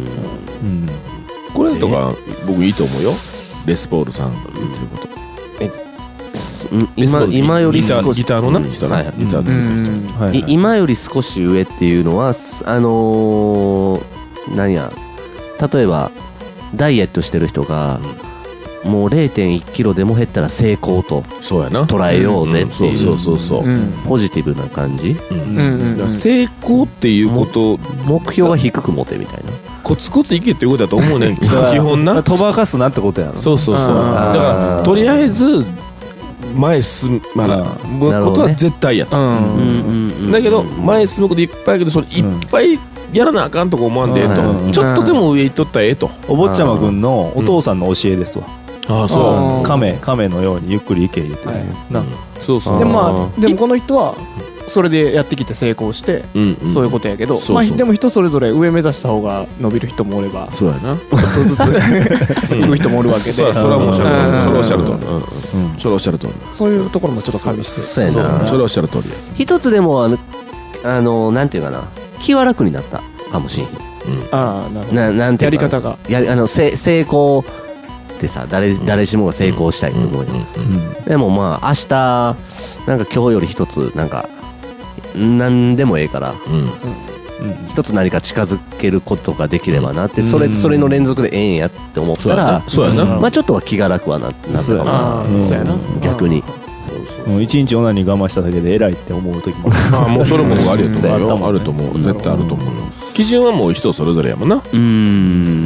S1: これとか僕いいと思うよ。レスポールさんが言ってること。え、
S2: 今今より少し
S1: ギターのなギターギター作ってる人。
S2: 今より少し上っていうのはあの何や例えばダイエットしてる人が。もう れいてんいちキロでも減ったら成功と捉えようぜっていう
S1: そうそうそう
S2: ポジティブな感じ。
S1: 成功っていうこと
S2: 目標は低く持てみたいな。
S1: コツコツいけっていうことだと思うねん基本な。
S3: 飛ばかすなってことやろ。
S1: そうそうそう。だからとりあえず前進まなことは絶対やと。だけど前進むこといっぱいあるけどそれいっぱいやらなあかんとか思わんでええと。ちょっとでも上行っとったらええと。
S3: お坊ちゃまくんのお父さんの教えですわ。
S1: ああそう
S3: 亀亀のようにゆっくり行け言ってるな。
S1: そうそう。
S5: でまあでもこの人はそれでやってきて成功してそういうことやけど、まあでも人それぞれ上目指した方が伸びる人もおれば
S1: そうやな
S5: ちょっとずつ行く人もおるわけで、
S1: それはもうおっしゃるそれおっしゃるとそれおっしゃると
S5: そういうところもちょっと加味して
S2: そうやな。
S1: それおっしゃるとおりや。
S2: 一つでもあのあのなんていうかな気は楽になったかもしれん。
S5: ああなるほど。
S2: ななんていうか
S5: やり方が
S2: やりあの成功ってさ 誰, 誰しもが成功したいと思うよ。でもまあ明日なんか今日より一つなんか何でもええから、うん、一つ何か近づけることができればなって、それそれの連続でええんやって思ったら、
S1: そうやな。
S2: まあちょっとは気が楽はなってなったかな。
S5: そうやな。
S2: 逆に。
S3: もう一日オナニー我慢しただけで偉いって思う時も
S1: ああもうそれもあると思うよ。あると思う。絶対あると思うよ。基準はもう人それぞれやもんな。うん。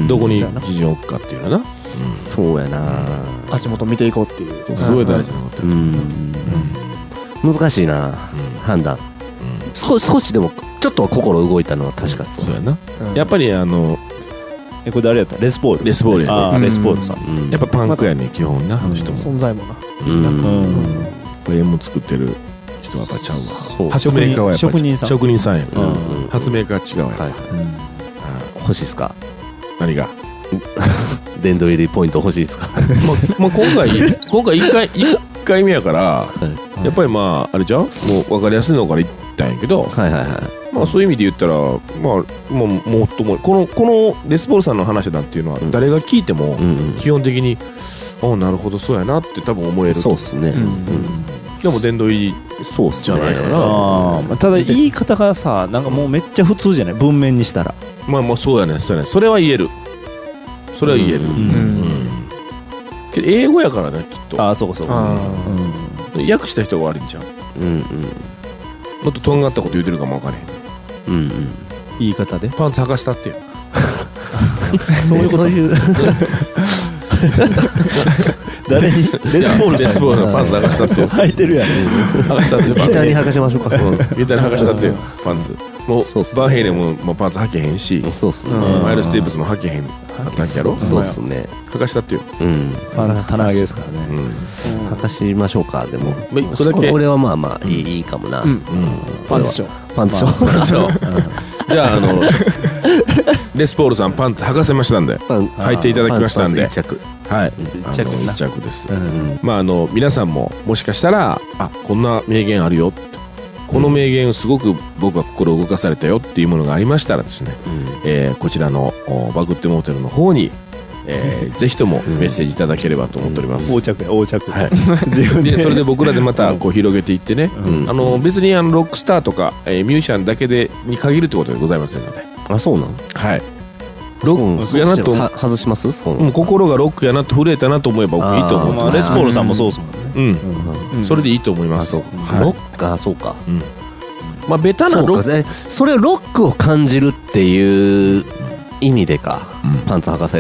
S1: どこに基準を置くかっていうのはな。
S2: そうやな。
S5: 足元見ていこうっていう。
S1: すごい大事なことや。
S2: 難しいな判断。少しでもちょっと心動いたのは確かそう。
S1: そうやな。やっぱりあの
S3: えこれ誰やったレスポール
S1: レスポール
S3: ああレスポールさん。
S1: やっぱパンクやね基本なあの人も。
S5: 存在もな。
S1: これも作ってる人はやっぱちゃうわ。発
S3: 明家はやっぱ職人さん
S1: 職人さんやから発明家は違うやん。
S2: 欲しいっすか。
S1: 何が
S2: 殿堂入りポイント欲しいですか。
S1: まあ今回今回一回一回目やからやっぱりまああれじゃんもう分かりやすいのから言ったんやけど、
S2: はいはいはい。
S1: まあそういう意味で言ったらまあもうもっともこのこのレスポールさんの話なんていうのは誰が聞いても基本的にああなるほどそうやなって多分思える。
S2: そうっすね。
S1: でも殿堂入りそうじゃないかな。
S3: ただ言い方がさなんかもうめっちゃ普通じゃない文面にしたら。
S1: まあまあそうやねそうやねそれは言える。それは言える。けど英語やからねきっと。
S3: ああそうかそうか。
S1: 訳した人が悪いんちゃう。もっととんがったこと言うてるかも分からへん。
S3: 言い方で
S1: パンツ履かしたってよ。
S2: そういうこという
S3: 誰にレスポールさん
S1: レスポールのパンツ履かしたってよ。
S3: 履いてるやん。
S2: 履かしたってギターに履かしましょうか。
S1: ギターに履かしたってよパンツ。もうバンヘイレンももうパンツ履けへんし、
S2: そうっすね。
S1: マイルス・テープスも履けへんかったんやろ。
S2: そうっすね。
S1: 履かしたってよ。
S3: パンツ棚上げですからね。
S2: 履かしましょうか。でもこれはまあまあいいかもな。
S5: パンツショー
S2: パンツショー。
S1: じゃああのレスポールさんパンツ履かせましたんで履いていただきましたんで、はい一着です。まああの皆さんももしかしたらあこんな名言あるよ、この名言すごく僕は心を動かされたよっていうものがありましたらですね、えこちらのバグってモーテルの方にえー、ぜひともメッセージいただければと思っております。
S3: 横着や横着。
S1: はい。でそれで僕らでまたこう広げていってね、あの別にあのロックスターとか、えー、ミュージシャンだけでに限るってことでございませんので。
S2: あそうなの。
S1: はい。ロックやなと
S2: 外します。
S1: もう心がロックやなと震えたなと思えば僕いいと思う。
S3: まあレスポールさんもそうですもんね。
S1: うん。それでいいと思います。
S2: ロックあそうか。
S1: まあベタなロック。
S2: それロックを感じるっていう意味でかパンツ履かせるの。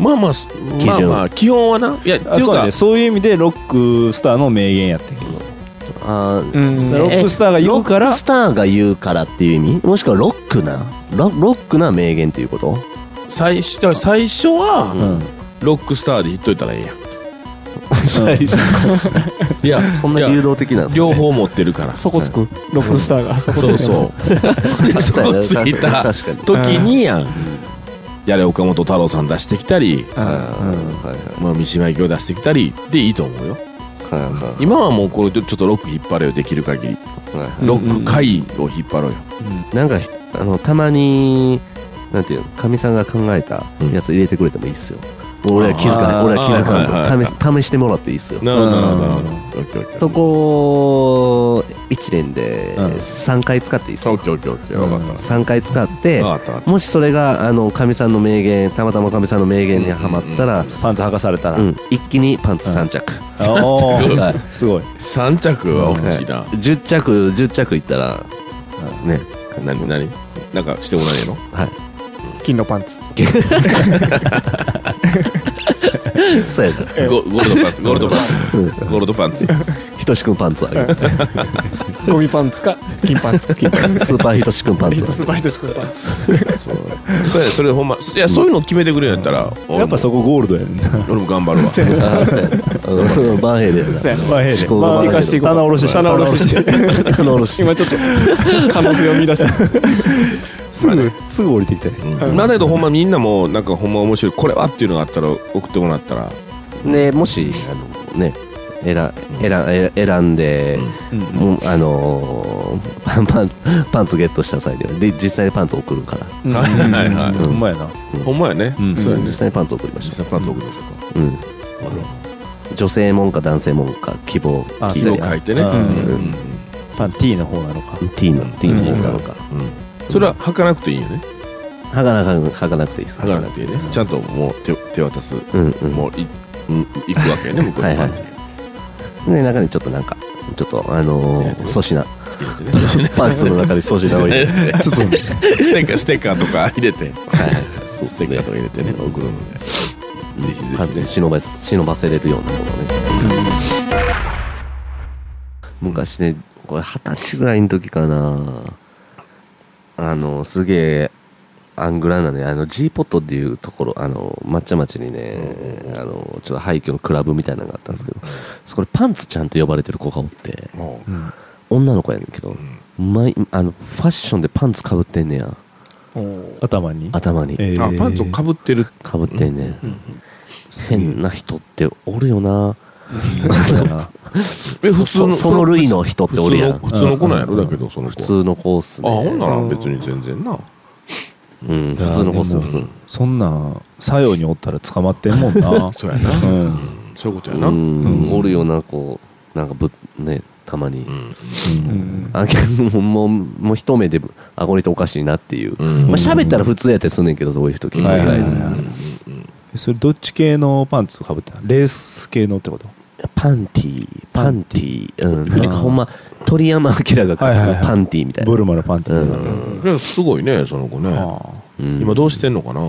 S1: まあまあまあまあ基本はないやっていうか、
S3: ね、そういう意味でロックスターの名言やってんけど、
S2: あ、
S3: うん、ロックスターが言うから
S2: ロックスターが言うからっていう意味、もしくはロックな ロ, ロックな名言っていうこと。
S1: 最初最初は、うん、ロックスターで言っといたらいいやん
S2: 最初いやそんな流動的なんですね。
S1: 両方持ってるから
S5: そこつくロックスターがそこ
S1: そうそうそこついた時にやん、やれ岡本太郎さん出してきたり、まあ三島由紀夫出してきたりでいいと思うよ。今はもうこれちょっとロック引っ張れよ、できる限りロック界を引っ張ろうよ。
S2: なんかあのたまになんていうかみさんが考えたやつ入れてくれてもいいっすよ。俺は気づかない、俺は気づかんと試してもらっていいっすよ。
S1: なるほどなるほど。
S2: そこ一連でさんかい使っていいっすよ。さんかい使ってもしそれがあのかみさんの名言、たまたまかみさんの名言にはまったら
S3: パンツ履かされたら
S2: 一気にパンツさん着。
S3: すごい
S1: さん着は大きいな。
S2: じゅっ着じゅっ着いったらね、
S1: 何何なんかしてもらえの。
S2: はい、
S5: 金のパンツ
S2: そうやな、
S1: ゴールドパンツ、ゴールドパンツ、ゴールドパンツ、
S2: ひとしくんパンツあげます。
S5: ゴミパンツか金パンツ、金パンツ、
S2: スーパーひとしくんパンツ、
S5: スーパーひとしくんパンツ。
S1: そうそうや、それほんま、いやそういうの決めてくれんやったら、
S3: やっぱそこゴールドやねんな。
S1: 俺も頑張るわ。
S2: バンヘイで、
S3: バンヘイで、
S5: 生かしていこう。
S3: 棚卸し、
S5: 棚卸し、棚卸し。今ちょっと可能性を見出した。
S3: すぐすぐ降りてきて、
S1: うん、だけどほんまみんなもなんかほんま面白いこれはっていうのがあったら送ってもらったら、
S2: でもしあのね選, 選, 選んで、うんうん、あのー、パンパンパンツゲットした際にはで実際にパンツ送るから、
S1: うん、はいはいはい、
S3: ほんまやな、
S1: ほんまやね、
S2: うん、そうやね、実際にパンツ送りました。
S1: 実際にパンツ送りましょうか、うん、
S2: 女性もんか男性もんか希望
S1: 希望書いてね、うんうん、
S3: パン T の方なのか
S2: T の T の方なのか、
S1: うんうん、それは履かなくていいよね。
S2: 履かな履かなくていいです。
S1: 履かなくていいね。ちゃんともう 手, 手渡す、
S2: うんうん、
S1: もうい、うん、行くわけね向こうのパンツ。
S2: で中にちょっとなんかちょっとあのー、粗品パンツの中に粗品を入れて包んで
S1: ステッカーステッカーとか入れて、はい、ステッカーとか入れてね送るので、ぜひぜひ、ね、
S2: パンツに忍ば忍ばせれるようなものね、うん、昔ねこれ二十歳ぐらいの時かな、あのすげえアングラなね、あの G ポットっていうところ、あの抹茶町にね、うん、あのちょっと廃墟のクラブみたいなのがあったんですけど、うん、そこでパンツちゃんと呼ばれてる子がおって、うん、女の子やねんけど、うん、毎あのファッションでパンツかぶってんねや、
S3: 頭に
S2: 頭に、
S1: えー、あパンツをかぶってる
S2: かぶってんね、うんうん、変な人っておるよな。
S1: え普通の
S2: その類の人っておるやん。
S1: 普通の子なんやろ、だけどその子
S2: 普通の子っすね。
S1: あほんなら別に全然な、
S2: うん、普通の子っすよ。普通
S3: そんな作用におったら捕まってんもんな。
S1: そうやな、うん、そういうことやな、うん
S2: うん、おるよな、こうなんかぶねたまに、うんうん、あもうもう一目で顎にておかしいなっていう、うん、まあ喋ったら普通やったりすんねんけど、そういう人結構意外と。
S3: それどっち系のパンツかぶってた？レース系のってこと？
S2: パンティーパンティー、うん、なんかほんま鳥山明が書くパンティーみたいな、
S3: ボルマのパンティー、
S1: うん、すごいねその子ね、うん、今どうしてんのかな。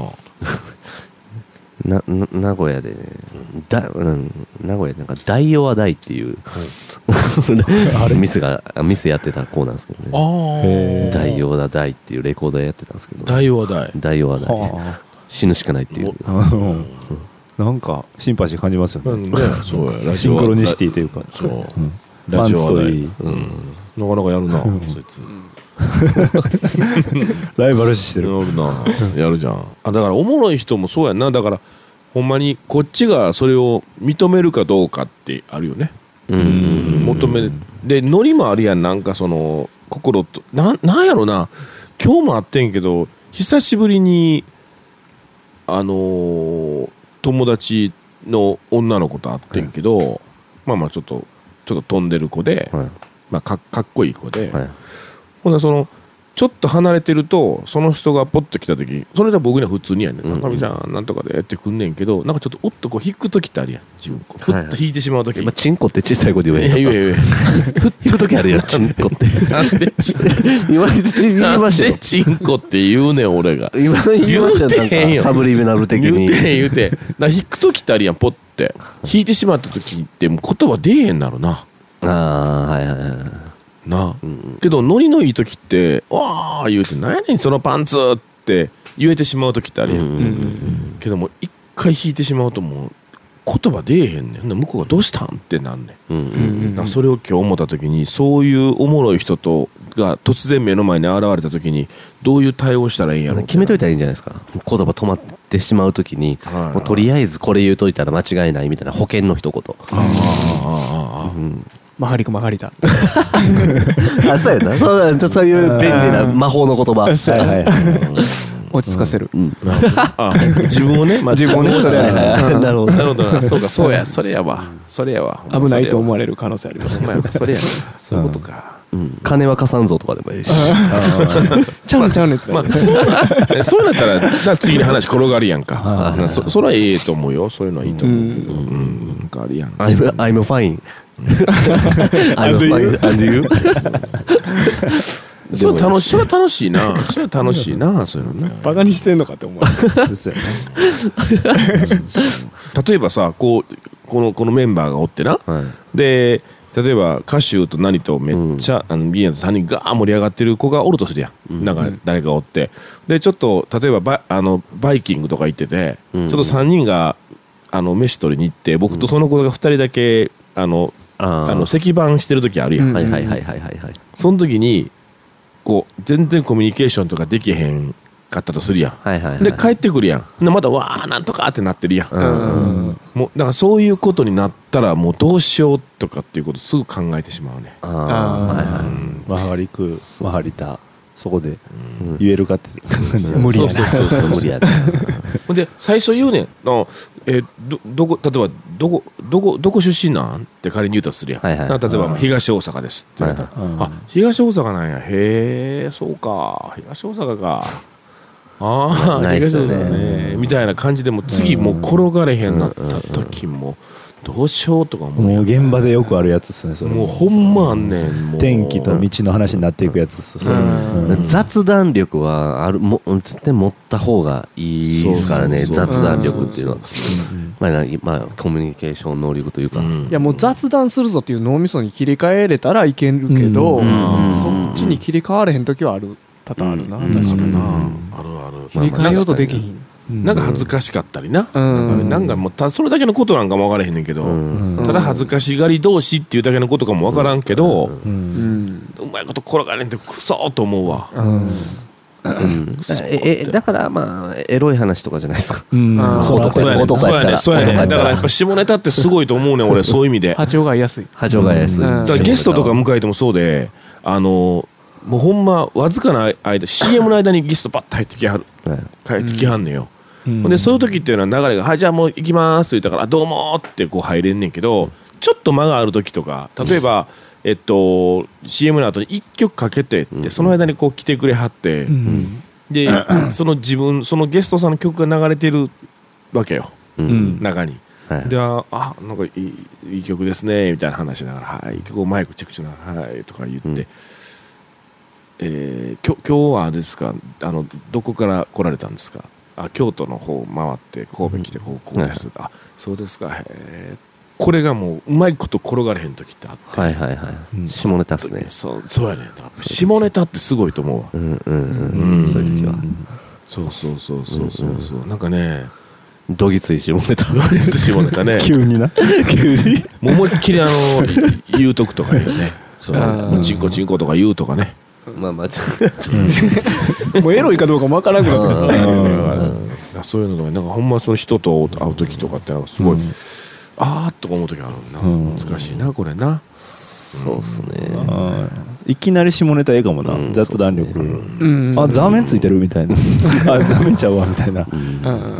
S2: なな名古屋でね、だ、うん、名古屋なんか大王は大っていう、うん、ミスがミスやってた子なんですけどね。大王だ大っていうレコードやってたんですけど、
S1: 大王は大
S2: 大王は大死ぬしかないっていう、
S3: なんかシンパシー感じますよね。
S1: そうや
S3: シンクロニシティというか、
S1: そう、うん、
S3: パンツといい、
S1: うん、なかなかやるな、うん、そいつ
S3: ライバル視してる。
S1: やるな、やるじゃん。あだからおもろい人もそうやんな。だからほんまにこっちがそれを認めるかどうかってあるよね。うん、求めでノリもあるやん。なんかその心とな、なんやろな、今日もあってんけど久しぶりにあのー、友達の女の子と会ってんけど、はい、まあまあちょっとちょっと飛んでる子で、はい、まあ、か, かっこいい子で、はい、ほんなそのちちょっと離れてるとその人がポッと来た時それでは僕には普通にやねん、中身ちゃんなんとかでってくんねんけど、なんかちょっとおっとこう引く時ってあるやん、自分こうふっと引いてしまう時、
S2: はいはい、チンコって小さい子で言え
S1: へん、いやいやいや
S2: ふっと時あるやん、チンコって
S1: なんで
S2: 今言いましたよ、
S1: なんでチンコって言うねん俺が、
S2: 今言いましたよ、
S1: 言うてへんよ、
S2: サブリミナル的に
S1: 言うてへん言うて、だから引く時ってあるやん、ポッて引いてしまった時ってもう言葉出えへんなるな、
S2: ああはいはいはい
S1: な、うん、けどノリのいい時ってわー言うてなんやねんそのパンツって言えてしまう時ってあるやん、うんうんうん、けども一回引いてしまうともう言葉出えへんねん、向こうがどうしたんってなんねん、うんうんうん、だからそれを今日思った時にそういうおもろい人とが突然目の前に現れた時にどういう対応したらいいんやろう、
S2: 決めといたらいいんじゃないですか、言葉止まってしまう時に、はいはい、もうとりあえずこれ言うといたら間違いないみたいな保険の一言、ああああ、うん
S5: マハリクマハリだ
S2: あ、そうやな、そうだ、そういう便利な魔法の言葉、はいはい、
S5: 落ち着かせる、うん、
S1: あ自分をね、まあ、
S5: 自分をね、それは
S1: なるほどなるほどな、そうかそうや、それやわそれやわ、
S5: 危ないと思われる可能性あります、ね、
S1: それやね、そういうことか、うん、
S2: 金は貸さんぞとかでもいいし
S5: ちゃうねちゃうねって、まあ、
S1: そうなったら次の話転がるやんかそ, それはええと思うよ、そういうのはいいと思うけど、うん、なんかあるやん
S2: I'm, I'm fine I'm fine and you
S1: それ楽しい、それは楽しいな、それは楽しいな、そういうのね、
S5: バカにしてんのかって思うですよね
S1: 例えばさ、こうこのこのメンバーがおってな、はい、で例えば歌手と何とめっちゃ、うん、あのビーエンとさんにんが盛り上がってる子がおるとするやん、うん、なんか誰かおってでちょっと例えばバ イ, あのバイキングとか行ってて、うん、ちょっとさんにんがあの飯取りに行って僕とその子がふたりだけあの、うん、あの石板してる時あるやん、
S2: はいはいはいはいはい、
S1: その時にこう全然コミュニケーションとかできへんかったとするやん、はいはいはい、で帰ってくるやん、でまたわーなんとかってなってるやん、うん、もうだからそういうことになったらもうどうしようとかっていうことすぐ考えてしまうね。
S3: ああ、はいはい、マハリクマハリタそこで言えるかって、
S5: うん、無理やな、そうそうそう
S2: 無理やな
S1: で最初言うねん、えー、ど, どこ例えばどこどこどこ出身なんって仮に言うとするやん、はいはい、例えば東大阪ですって言われたら、はいはい、あ東大阪なんや、へえそうか東大阪かああ、東大阪ねみたいな感じでも次もう転がれへんなった時もどうしようとか思う、
S3: もう現場でよくあるやつっすね、それ
S1: もうほんまあんねん、もう
S3: 天気と道の話になっていくやつっす、それ、
S2: うん、雑談力はあるも絶対持った方がいいですからね、そうそうそう雑談力っていうのは、まあ、まあコミュニケーション能力というか、うん、
S5: いやもう雑談するぞっていう脳みそに切り替えれたらいけるけど、うんうん、そっちに切り替われへん時はある多々あるな、うん、確かにな、うん、
S1: あるある、
S5: 切り替えようとできひん、
S1: なんか恥ずかしかったりな、うん、なんかもうたそれだけのことなんかも分からへんねんけど、うん、ただ恥ずかしがり同士っていうだけのことかも分からんけど、うん、うまいこと転がれんってクソーと思うわ、うん
S2: うん、ええだからまあエロい話とかじゃないですか、
S1: うん、そうやねそうやねそうやねだからやっぱ下ネタってすごいと思うねん俺、そういう意味で
S5: 波長が安い
S2: 波長が安い、うん、
S1: だからゲストとか迎えてもそうで、あのもうほんまわずかな間 シーエム の間にゲストバッと入ってきはる、帰ってきはんねんよ、うん、でそういう時っていうのは流れがはいじゃあもう行きますって言ったからどうもってこう入れんねんけど、ちょっと間がある時とか例えば、うん、えっと シーエム の後にいっきょくかけてって、うん、その間にこう来てくれはって、うん、でその自分そのゲストさんの曲が流れてるわけよ、うん、中に、はい、であなんかいい、いい曲ですねみたいな話しながらはいこうマイクチェックしながらはいとか言って、うんえー、今, 今日はですかあのどこから来られたんですか、あ京都の方回って神戸来てこうこうです、うん、あそうですか、へこれがもううまいこと転がれへん時ってあって、
S2: はいはいはい、うん、下ネタっすね、
S1: そうそうやね、下ネタってすごいと思うわ、うんうんうん、うん、そういう時は、そうそうそうそうそうそう、うんうん、なんかね
S2: どぎつい下ネタ
S1: どぎつい下ネタね
S3: 急にな急に
S1: もう思いっきりあの言うとくとか言うね、そうチンコチンコとか言うとかね、
S2: まあまあちょ
S5: っともうエロいかどうかもわからなくなってる
S1: そういうのとかなんかほんまその人と会う時とかってすごい、うん、あーっとか思う時あるな、うん、難しいなこれな、
S2: そうっすね、
S3: いきなり下ネタええかもな、うん、雑談力、うん、あザーメンついてるみたいなあザーメンちゃうわみたいな、うん、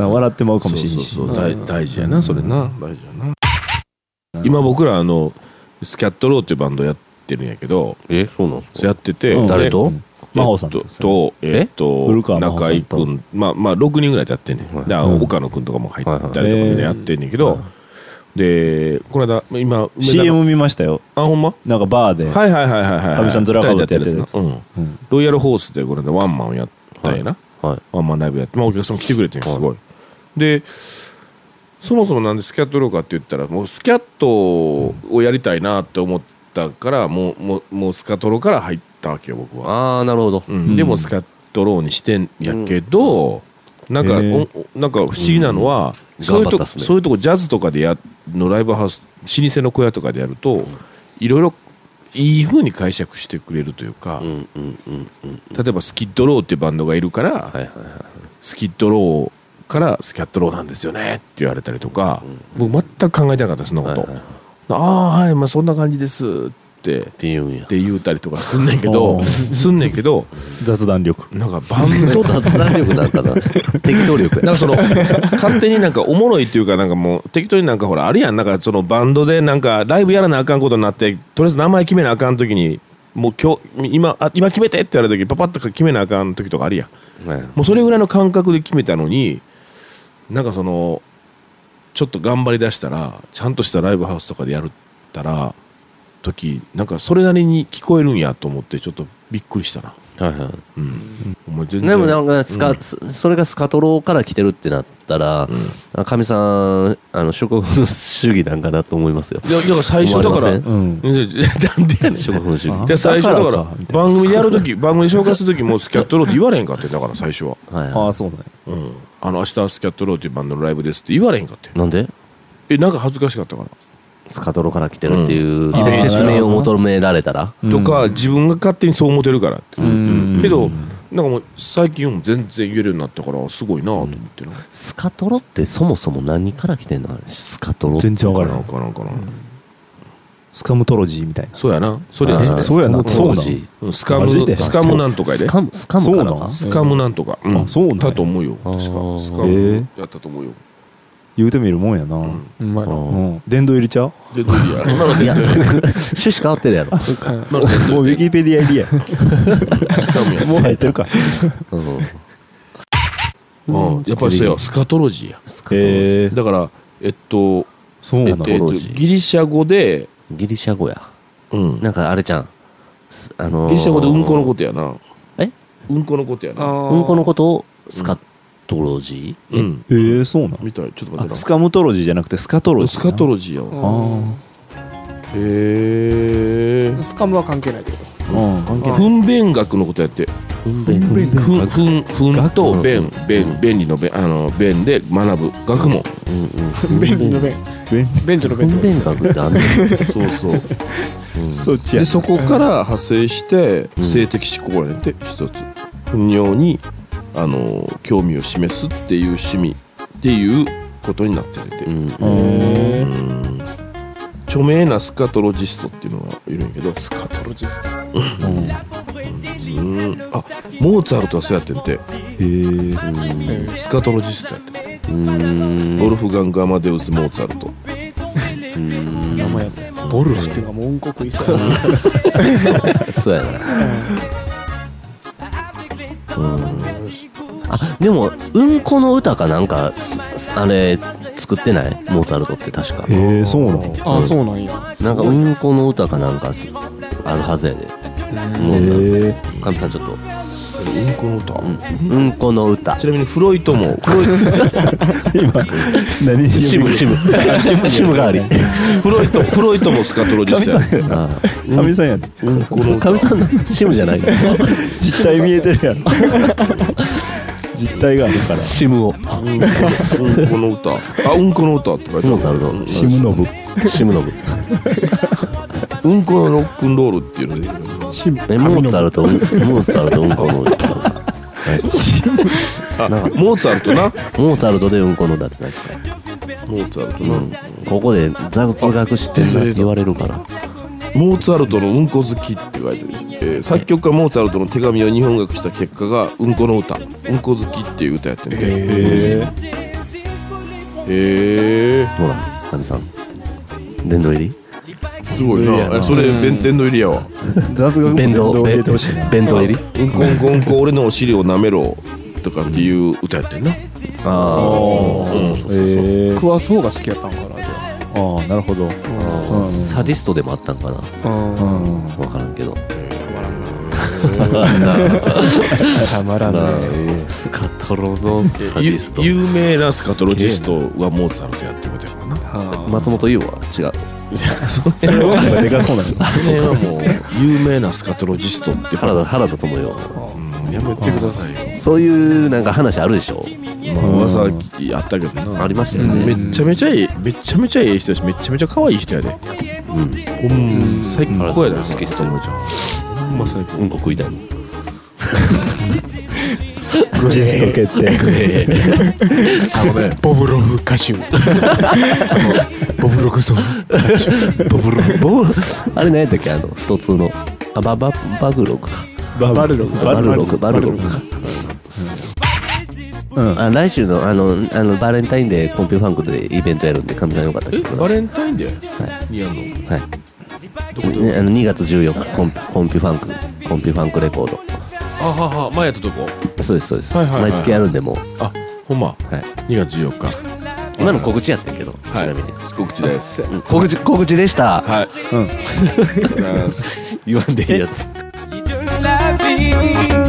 S3: 笑ってまうかもしれんし、
S1: そうそうそう、大事やなそれな、大事やな。今僕らあのスキャットローっていうバンドやってるんやけど、
S2: えそうなんですか、
S1: やってて、
S2: 誰と
S3: 真帆さん
S1: ととえっと中井君まあまあろくにんぐらいでやってんねん。で岡野君とかも入ったりとかでやってんねんけど、でこの間今
S3: シーエム 見ましたよ。
S1: あほんま？
S3: なんかバーで
S1: はいはいはいはいはい。
S3: かみさんずらかぶってやってるやつ。
S1: ロイヤルホースでこの間ワンマンをやったんやな。ワンマンライブやって、まあお客さん来てくれてんすごい。で。そもそもなんでスキャットローかって言ったらもうスキャットをやりたいなって思ったからもうもうもうスカトロから入ったわけよ僕は。
S2: ああなるほど、
S1: うん、でもスキャットローにしてんやけど、うん、なんか、えー、なんか不思議なのは、うん、そういうとこ、ね、そういうとこジャズとかでやのライブハウス老舗の小屋とかでやるといろいろいい風に解釈してくれるというか、うんうんうんうん、例えばスキッドローっていうバンドがいるから、はいはいはい、スキッドローからスキャットローなんですよねって言われたりとか、うん、僕全く考えてなかったそんなこと、はいはいはい、ああはいまあそんな感じですってって言うんやって言うたりとかすんねんけどすんねんけど
S3: 雑談力
S1: なんかバンド
S2: 雑談力なんかな適当力
S1: なんかその勝手になんかおもろいっていうかなんかもう適当になんかほらあるやんなんかそのバンドでなんかライブやらなあかんことになってとりあえず名前決めなあかん時にもう今日今あ今決めてって言われた時パパッと決めなあかん時とかあるやん、はい、もうそれぐらいの感覚で決めたのになんかそのちょっと頑張りだしたらちゃんとしたライブハウスとかでやるったら時なんかそれなりに聞こえるんやと思ってちょっとびっくりしたな。はいはい、うん、
S2: でもなんかスカ、うん、それがスカトロから来てるってなったらかみ、うん、さんあの食分主義なんかなと思いますよ。
S1: いやだから最初だから、うん、なんでやねん食分主義じゃ最初だから番組でやる時番組で紹介する時もスキャットローって言われへんかってだから最初は、
S3: はいはい、ああそうだね、
S1: うん、あの明日スキャットローっていうバンドのライブですって言われへんかって。
S2: なんで？
S1: えなんか恥ずかしかったから
S2: スカトロから来てるっていう、うん、説明を求められたら、
S1: うん、とか自分が勝手にそう思ってるからって、うん、けどなんかもう最近も全然言えるようになったからすごいなと思ってな、うん、
S2: スカトロってそもそも何から来てんの？スカトロ
S3: 全然分からん
S1: 分からんかな、うん、
S3: スカムトロジーみたいな。
S1: そうやなそれ
S3: やそうやなそうな
S1: スカムスカムなんとかやで
S2: スカムスカムからか
S1: スカムなんとか、うん、
S3: あそうなん
S1: だと思うよ確かスカムやったと思うよ。
S3: 言うてみるもんやな。うん、まあ、うん、殿堂入りちゃう？
S1: 殿堂入りや。今の殿堂入り。
S2: 趣旨変わってるやろ。
S3: あ、そっか。もうウィキペディア入りや。もう入ってるか。
S1: うん。やっぱりそうや。スカトロジーや。
S2: スカトロジー。
S1: だからえっと、
S3: そうなの。
S1: ギリシャ語で
S2: ギリシャ語や。うん。なんかあれちゃん。
S1: あのギリシャ語でうんこのことやな。え？うんこのことやな。
S2: うんこのことをスカトロジー、
S1: うん、
S3: えー、そうなん
S1: みたい。ちょっと待ってな。
S3: スカムトロジーじゃなくてスカトロジー。
S1: スカトロジーやわ。あへえ。
S5: スカムは関係ないけど。
S1: うん、関係ない。糞便学のことやって。
S2: 糞便
S1: 糞糞糞と便便便利の便あの便で学ぶ学問。
S5: うんうん。便利の便。便所の便。
S2: 糞便学ってあんの？
S1: そうそう。そっちや。でそこから派生して性的指向やねんて一つ。糞尿にあの興味を示すっていう趣味っていうことになってて、うんうん、著名なスカトロジストっていうのがいるんやけどスカトロジスト、うんうん、あモーツァルトはそうやってんてへースカトロジストやっててうんボルフガング・アマデウス・モーツァルト
S5: うん名前ボルフっていうのがもううんこ食いそうや
S2: なそうやなうんあでもうんこの歌かなんかあれ作ってないモーツァルトって確か。
S3: へえそうなの。
S5: ああそうなんや。
S2: なんかうんこの歌かなんかあるはずやで。へえ。かみさんちょっと。
S1: うんこの歌。
S2: うん、うんこの歌。
S1: ちなみにフロイトもフロイト
S3: 今何
S2: シムシムシムシム代わり。
S1: フロイトフロイトもスカトロジストや。
S3: かみさんや。
S1: うんこの
S2: かみさんのシムじゃない。
S3: 実態見えてるやろ。実態があるから
S2: シムをうん
S1: この歌あうんこの歌って書いてある
S3: シムノブ
S2: シムノブ
S1: うんこのロックンロールっていうので
S2: シムえモーツァルトモーツァルトうんこの歌
S1: あモーツァルトな
S2: モーツァルトでうんこの歌って何ですか
S1: モーツァルトな、うん、
S2: ここで雑学知ってんなって言われるから
S1: モーツァルトのうんこ好きって書いてるし、えー、作曲家モーツァルトの手紙を日本語した結果がうんこの歌うんこ好きっていう歌やってんでへえへえ
S2: ほらかみさん殿堂入り
S1: すごいな。それ弁天の入りやわ。
S3: 雑学
S2: 弁当入れてほしいな。弁当入り。
S1: うんこうんこうんこ俺のお尻を舐めろとかっていう歌やってんな。あ
S2: あ、そうそうそうそう。
S5: 食わす方が好きやったんかな。じゃ
S3: ああ、なるほど。
S2: サディストでもあったんかな。分からんけど。
S5: たまらんな。
S2: スカトロのサディスト。
S1: 有名なスカトロジストはモーツァルトやってことやから
S2: な。松本優は違う。
S3: それはでかそうなんだ。
S1: それはもう有名なスカトロジストって
S2: 原田原田知世。
S1: やめてくださいよ。
S2: そういうなんか話あるでしょ。
S1: まあ噂あったけどな。
S2: ありましたよね。
S1: めちゃめちゃいい、めちゃめちゃいい人だし、めちゃめちゃ可愛い人やで。うん。最高やで。
S2: 好きっすよ。
S1: ほんま最高。
S2: うんこ食いたいもん。
S3: ジスト決定。
S5: あのね、ボブロフ歌手。ボブロフソフ。
S2: ボブロフ。ボブあれ何やったっけ、あのストツーのあバババグロクか。
S5: バルロク
S2: バルロクバルロクか。うん、あ来週のあのあのバレンタインデーコンピューファンクでイベントやるんで、神さんよかったっけ。
S1: バレンタインデー？
S2: はい。
S1: やんの？
S2: はい。ね、あのにがつじゅうよっかコンコンピューファンクコンピューファンクレコード。
S1: あはは前やったとこ。
S2: そうですそうです。
S1: はいはいはいはい、
S2: 毎月やるんでもう。
S1: あほんま。はい。にがつじゅうよっか。
S2: 今の告知やってんけど。
S1: はい。ちなみに告知です。
S2: うん、告知告知でした。
S1: はい。うん。
S2: 言わんでいいやつ。